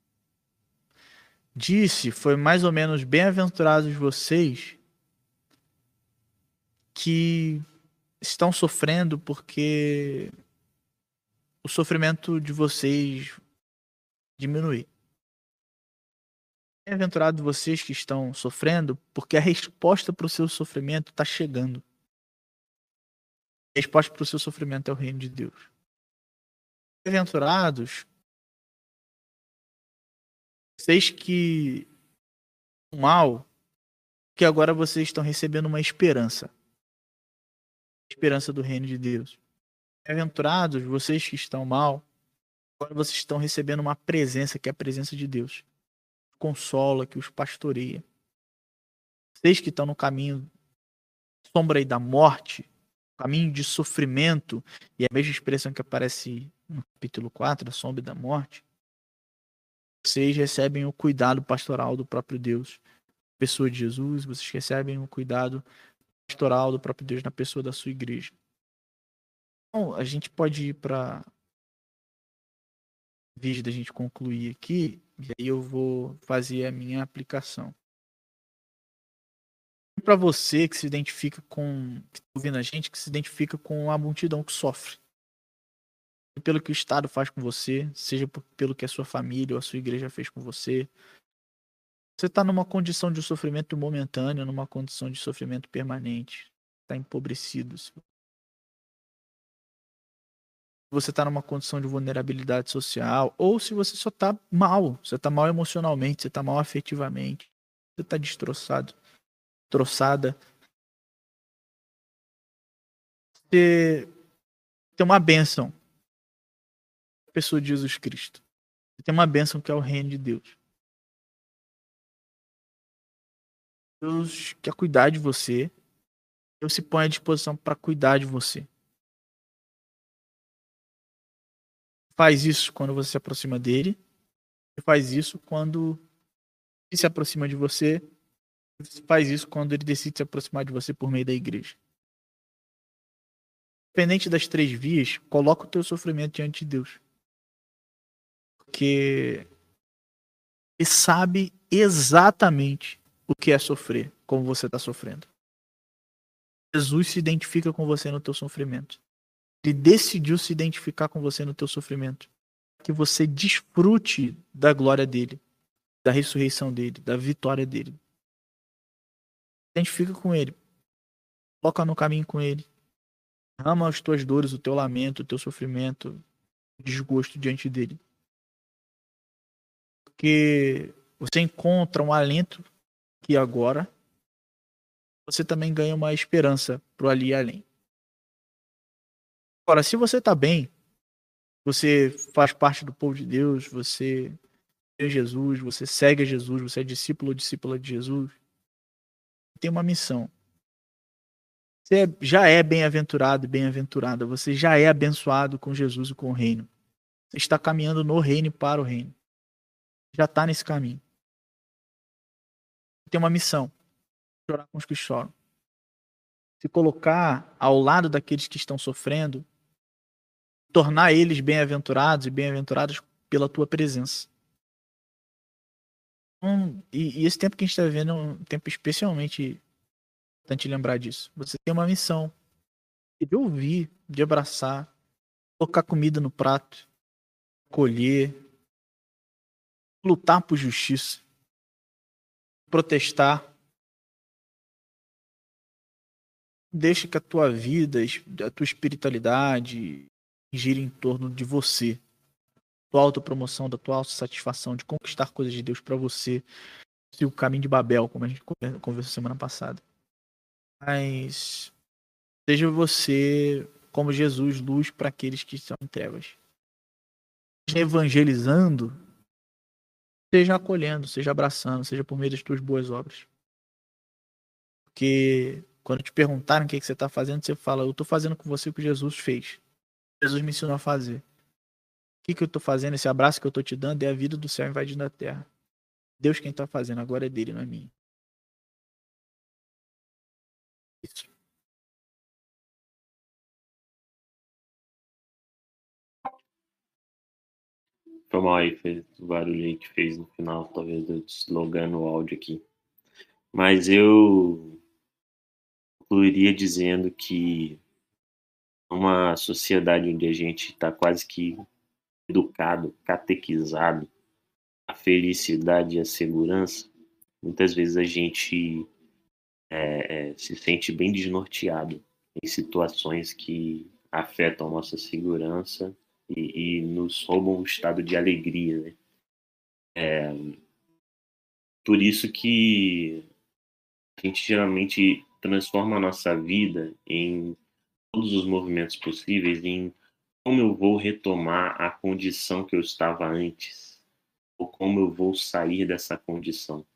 disse foi mais ou menos: bem-aventurados vocês que estão sofrendo, porque o sofrimento de vocês diminui. Bem-aventurados vocês que estão sofrendo, porque a resposta para o seu sofrimento está chegando. A resposta para o seu sofrimento é o reino de Deus. Bem-aventurados vocês que estão mal, que agora vocês estão recebendo uma esperança. A esperança do reino de Deus. Bem-aventurados vocês que estão mal, agora vocês estão recebendo uma presença, que é a presença de Deus. Que consola, que os pastoreia. Vocês que estão no caminho sombra aí da morte, caminho de sofrimento, e a mesma expressão que aparece no capítulo 4, a sombra da morte, vocês recebem o cuidado pastoral do próprio Deus. Na pessoa de Jesus, vocês recebem o cuidado pastoral do próprio Deus na pessoa da sua igreja. Então, a gente pode ir para o vídeo da gente concluir aqui, e aí eu vou fazer a minha aplicação. Para você que se identifica com, que está ouvindo a gente, que se identifica com a multidão que sofre. Pelo que o Estado faz com você, seja pelo que a sua família ou a sua igreja fez com você. Você está numa condição de sofrimento momentâneo, numa condição de sofrimento permanente. Está empobrecido. Você está numa condição de vulnerabilidade social, ou se você só está mal. Você está mal emocionalmente, você está mal afetivamente. Você está destroçado, destroçada. Você tem uma bênção. Pessoa de Jesus Cristo. Você tem uma bênção que é o reino de Deus. Deus quer cuidar de você. Deus se põe à disposição para cuidar de você. Faz isso quando você se aproxima dele. Ele faz isso quando ele se aproxima de você. Ele faz isso quando ele decide se aproximar de você por meio da igreja. Independente das três vias, coloca o teu sofrimento diante de Deus. Porque ele sabe exatamente o que é sofrer, como você está sofrendo. Jesus se identifica com você no teu sofrimento. Ele decidiu se identificar com você no teu sofrimento. Que você desfrute da glória dele, da ressurreição dele, da vitória dele. Se identifica com ele. Coloca no caminho com ele. Ama as tuas dores, o teu lamento, o teu sofrimento, o desgosto diante dele. Porque você encontra um alento que agora você também ganha uma esperança pro ali e além. Agora, se você tá bem, você faz parte do povo de Deus, você é Jesus, você segue Jesus, você é discípulo ou discípula de Jesus, tem uma missão. Você já é bem-aventurado e bem-aventurada, você já é abençoado com Jesus e com o reino. Você está caminhando no reino e para o reino. Já está nesse caminho. Tem uma missão: chorar com os que choram. Se colocar ao lado daqueles que estão sofrendo, tornar eles bem-aventurados e bem-aventuradas pela tua presença. E esse tempo que a gente está vivendo é um tempo especialmente importante lembrar disso. Você tem uma missão de ouvir, de abraçar, colocar comida no prato, colher, lutar por justiça, protestar. Deixa que a tua vida, a tua espiritualidade gira em torno de você. Tua autopromoção, da tua autossatisfação, de conquistar coisas de Deus para você. O caminho de Babel, como a gente conversou semana passada. Mas seja você, como Jesus, luz para aqueles que estão em trevas. Seja evangelizando, seja acolhendo, seja abraçando, seja por meio das tuas boas obras. Porque quando te perguntarem o que você está fazendo, você fala: eu estou fazendo com você o que Jesus fez. Jesus me ensinou a fazer. O que eu estou fazendo? Esse abraço que eu estou te dando é a vida do céu invadindo a terra. Deus quem está fazendo, agora é dele, não é minha. Isso. Foi mal aí, fez o barulho aí que fez no final, talvez eu deslogando o áudio aqui. Mas eu concluiria dizendo que uma sociedade onde a gente está quase que educado, catequizado, a felicidade e a segurança, muitas vezes a gente se sente bem desnorteado em situações que afetam a nossa segurança e nos roubam um estado de alegria, né? Por isso que a gente geralmente transforma a nossa vida em todos os movimentos possíveis em como eu vou retomar a condição que eu estava antes, ou como eu vou sair dessa condição.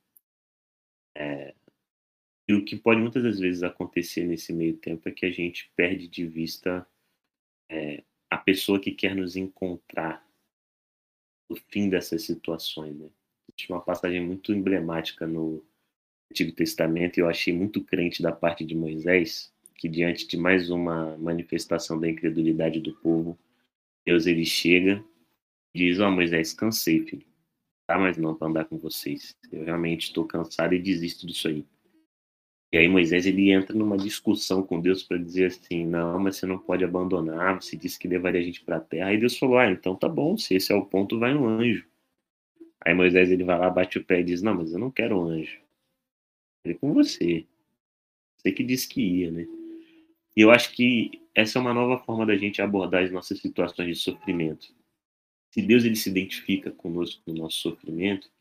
E o que pode muitas das vezes acontecer nesse meio tempo é que a gente perde de vista a pessoa que quer nos encontrar no fim dessas situações, né? Tinha uma passagem muito emblemática no Antigo Testamento e eu achei muito crente da parte de Moisés, que diante de mais uma manifestação da incredulidade do povo, Deus ele chega e diz: ó, Moisés, cansei, filho. Tá mais não para andar com vocês. Eu realmente estou cansado e desisto disso aí. E aí Moisés ele entra numa discussão com Deus para dizer assim: não, mas você não pode abandonar, você disse que levaria a gente para a terra. Aí Deus falou: ah, então tá bom, se esse é o ponto, vai no anjo. Aí Moisés ele vai lá, bate o pé e diz: não, mas eu não quero um anjo. Ele com você. Você que disse que ia, né? E eu acho que essa é uma nova forma da gente abordar as nossas situações de sofrimento. Se Deus ele se identifica conosco no nosso sofrimento,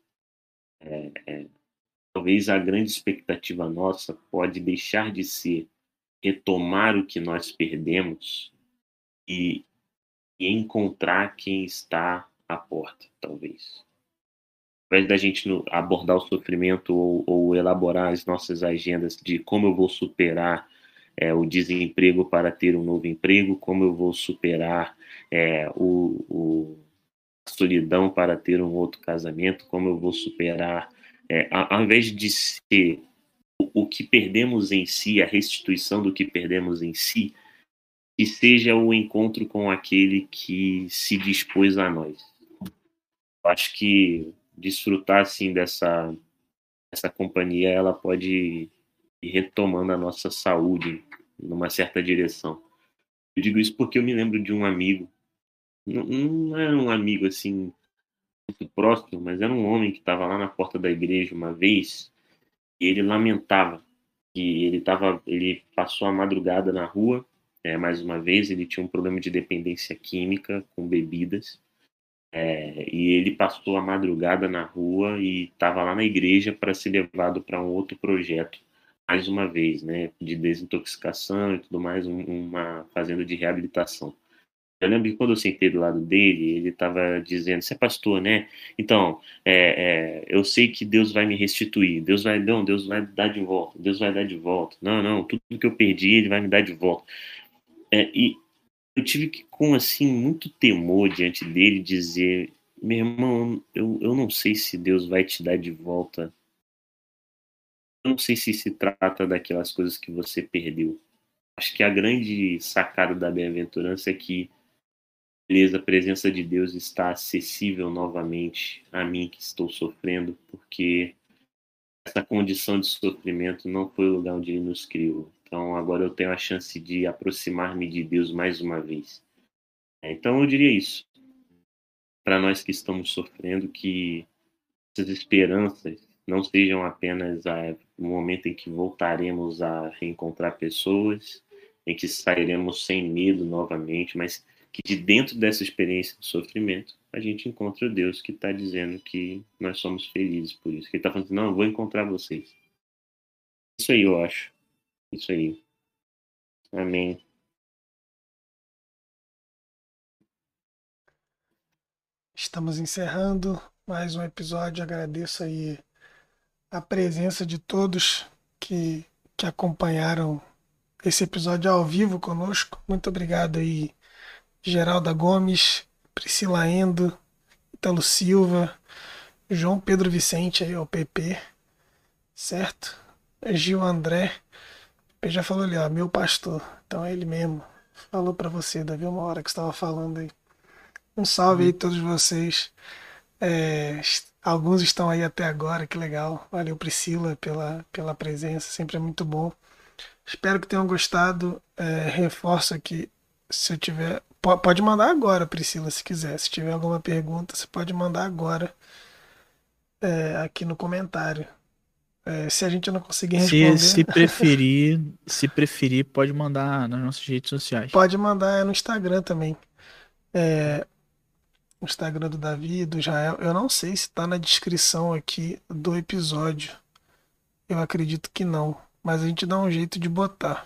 talvez a grande expectativa nossa pode deixar de ser retomar o que nós perdemos e, e encontrar quem está à porta, talvez. Ao invés da gente abordar o sofrimento ou elaborar as nossas agendas de como eu vou superar o desemprego para ter um novo emprego, como eu vou superar a solidão para ter um outro casamento, como eu vou superar, ao invés de ser o que perdemos em si, a restituição do que perdemos em si, que seja o encontro com aquele que se dispôs a nós. Eu acho que desfrutar assim essa companhia, ela pode ir retomando a nossa saúde numa certa direção. Eu digo isso porque eu me lembro de um amigo, não era um amigo assim muito próximo, mas era um homem que estava lá na porta da igreja uma vez e ele lamentava que ele passou a madrugada na rua, mais uma vez, ele tinha um problema de dependência química com bebidas, e ele passou a madrugada na rua e estava lá na igreja para ser levado para um outro projeto, mais uma vez, né, de desintoxicação e tudo mais, uma fazenda de reabilitação. Eu lembro que quando eu sentei do lado dele, ele estava dizendo: você é pastor, né? Então, eu sei que Deus vai me restituir, Deus vai dar de volta, Deus vai dar de volta. Não, não, tudo que eu perdi, Ele vai me dar de volta. E eu tive que, com assim, muito temor diante dele, dizer: meu irmão, eu não sei se Deus vai te dar de volta. Eu não sei se trata daquelas coisas que você perdeu. Acho que a grande sacada da bem-aventurança é que beleza, a presença de Deus está acessível novamente a mim que estou sofrendo, porque essa condição de sofrimento não foi o lugar onde Ele nos criou. Então agora eu tenho a chance de aproximar-me de Deus mais uma vez. Então eu diria isso, para nós que estamos sofrendo, que essas esperanças não sejam apenas o momento em que voltaremos a reencontrar pessoas, em que sairemos sem medo novamente, mas que de dentro dessa experiência de sofrimento a gente encontra o Deus que está dizendo que nós somos felizes por isso. Que ele está falando assim: não, eu vou encontrar vocês. Isso aí eu acho. Isso aí. Amém. Estamos encerrando mais um episódio. Agradeço aí a presença de todos que acompanharam esse episódio ao vivo conosco. Muito obrigado aí, Geralda Gomes, Priscila Endo, Italo Silva, João Pedro Vicente aí, o PP, certo? Gil André. Ele já falou ali, ó, meu pastor. Então é ele mesmo. Falou pra você, Davi, uma hora que você estava falando aí. Um salve aí a todos vocês. Alguns estão aí até agora, que legal. Valeu, Priscila, pela presença, sempre é muito bom. Espero que tenham gostado. Reforço aqui, se eu tiver. Pode mandar agora, Priscila, se quiser. Se tiver alguma pergunta, você pode mandar agora aqui no comentário. Se a gente não conseguir Se responder, preferir, pode mandar nas nossas redes sociais. pode mandar no Instagram também. O Instagram do Davi, do Israel. Eu não sei se está na descrição aqui do episódio. Eu acredito que não. Mas a gente dá um jeito de botar.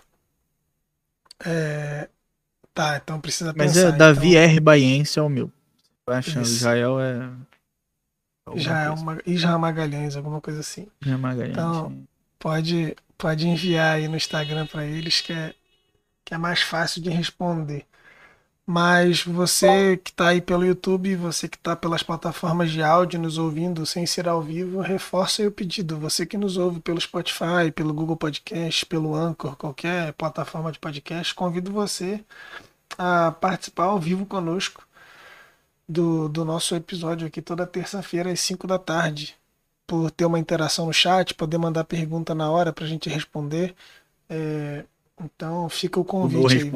Tá, então precisa Mas pensar. Davi Então, R. Baiense é o meu. Vai achando, isso. Israel é alguma coisa. Israel Magalhães, alguma coisa assim. Israel Magalhães. Então, pode enviar aí no Instagram para eles que é mais fácil de responder. Mas você que está aí pelo YouTube, você que está pelas plataformas de áudio nos ouvindo sem ser ao vivo, reforça aí o pedido. Você que nos ouve pelo Spotify, pelo Google Podcast, pelo Anchor, qualquer plataforma de podcast, convido você a participar ao vivo conosco do nosso episódio aqui toda terça-feira às 5 da tarde. Por ter uma interação no chat, poder mandar pergunta na hora para a gente responder. Então fica o convite aí.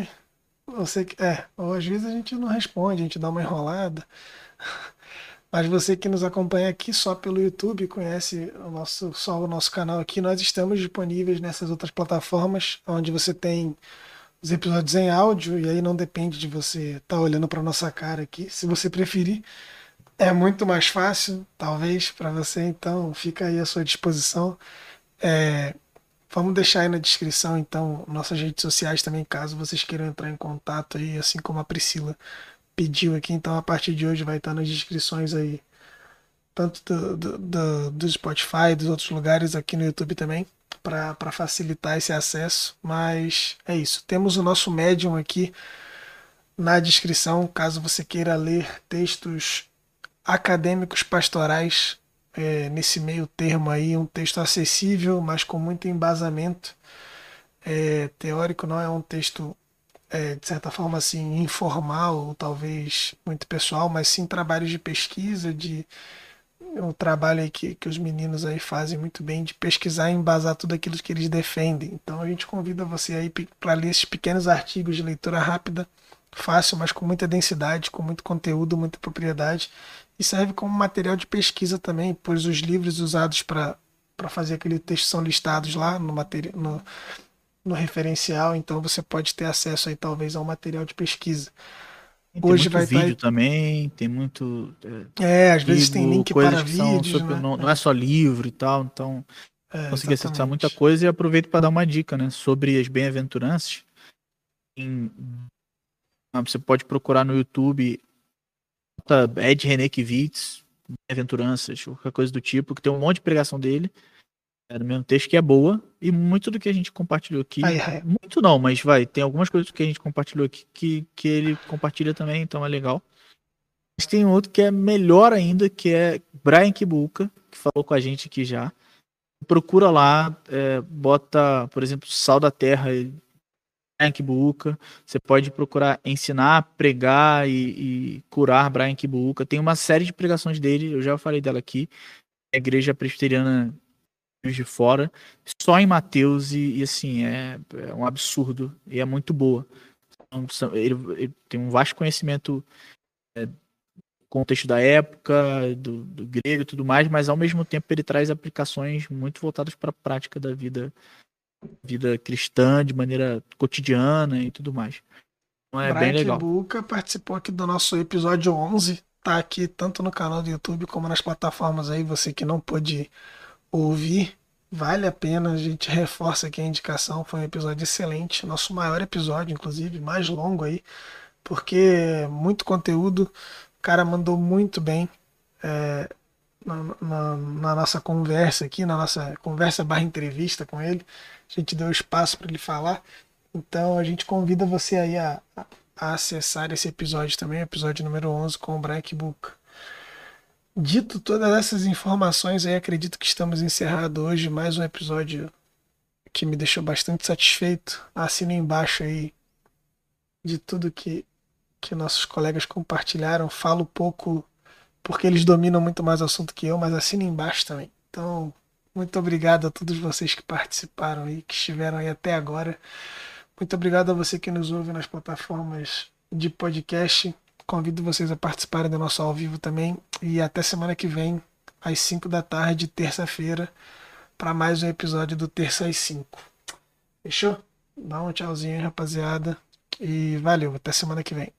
Ou às vezes a gente não responde, a gente dá uma enrolada. Mas você que nos acompanha aqui só pelo YouTube, conhece só o nosso canal aqui, nós estamos disponíveis nessas outras plataformas, onde você tem os episódios em áudio, e aí não depende de você estar olhando para nossa cara aqui. Se você preferir, é muito mais fácil, talvez, para você, então fica aí à sua disposição. Vamos deixar aí na descrição, então, nossas redes sociais também, caso vocês queiram entrar em contato aí, assim como a Priscila pediu aqui. Então, a partir de hoje vai estar nas descrições aí, tanto do Spotify, dos outros lugares aqui no YouTube também, para facilitar esse acesso. Mas é isso. Temos o nosso Medium aqui na descrição, caso você queira ler textos acadêmicos pastorais nesse meio termo aí, um texto acessível, mas com muito embasamento teórico, não é um texto de certa forma assim informal, ou talvez muito pessoal, mas sim trabalhos de pesquisa, de um trabalho aí que os meninos aí fazem muito bem de pesquisar e embasar tudo aquilo que eles defendem. Então a gente convida você aí para ler esses pequenos artigos de leitura rápida, fácil, mas com muita densidade, com muito conteúdo, muita propriedade, e serve como material de pesquisa também, pois os livros usados para fazer aquele texto são listados lá no referencial, então você pode ter acesso aí talvez ao material de pesquisa. Tem Hoje muito vai vídeo estar também, tem muito às vezes tem link coisas para que são vídeos, sobre, né? não é só livro e tal, então consegui acessar muita Exatamente. coisa e aproveito para dar uma dica, né, sobre as bem-aventuranças. Você pode procurar no YouTube Ed Renekiewicz, bem-aventuranças, qualquer coisa do tipo, que tem um monte de pregação dele, no mesmo texto, que é boa, e muito do que a gente compartilhou aqui, muito não, mas tem algumas coisas que a gente compartilhou aqui que ele compartilha também, então é legal. Mas tem outro que é melhor ainda, que é Brian Kibuka, que falou com a gente aqui já. Procura lá, bota, por exemplo, Sal da Terra, Brian Kibuka. Você pode procurar ensinar, pregar e curar Brian Kibuka. Tem uma série de pregações dele, eu já falei dela aqui. A Igreja Presbiteriana de Fora, só em Mateus, e assim, é um absurdo, e é muito boa. Então, ele tem um vasto conhecimento contexto da época, do grego e tudo mais, mas ao mesmo tempo ele traz aplicações muito voltadas para a prática da vida cristã, de maneira cotidiana e tudo mais. Então é bem legal. Brian Kibuka participou aqui do nosso episódio 11, tá aqui tanto no canal do YouTube como nas plataformas aí, você que não pôde ouvir, vale a pena, a gente reforça aqui a indicação, foi um episódio excelente, nosso maior episódio, inclusive, mais longo aí, porque muito conteúdo, o cara mandou muito bem na nossa conversa aqui, na nossa conversa barra entrevista com ele, a gente deu espaço para ele falar, então a gente convida você aí a acessar esse episódio também, episódio número 11 com o Brian Kibuka. Dito todas essas informações aí, acredito que estamos encerrando hoje mais um episódio que me deixou bastante satisfeito. Assino embaixo aí de tudo que nossos colegas compartilharam. Falo pouco porque eles dominam muito mais o assunto que eu, mas assino embaixo também. Então, muito obrigado a todos vocês que participaram aí, que estiveram aí até agora. Muito obrigado a você que nos ouve nas plataformas de podcast. Convido vocês a participarem do nosso ao vivo também. E até semana que vem, às 5 da tarde, terça-feira, para mais um episódio do Terça às 5. Fechou? Dá um tchauzinho aí, rapaziada. E valeu, até semana que vem.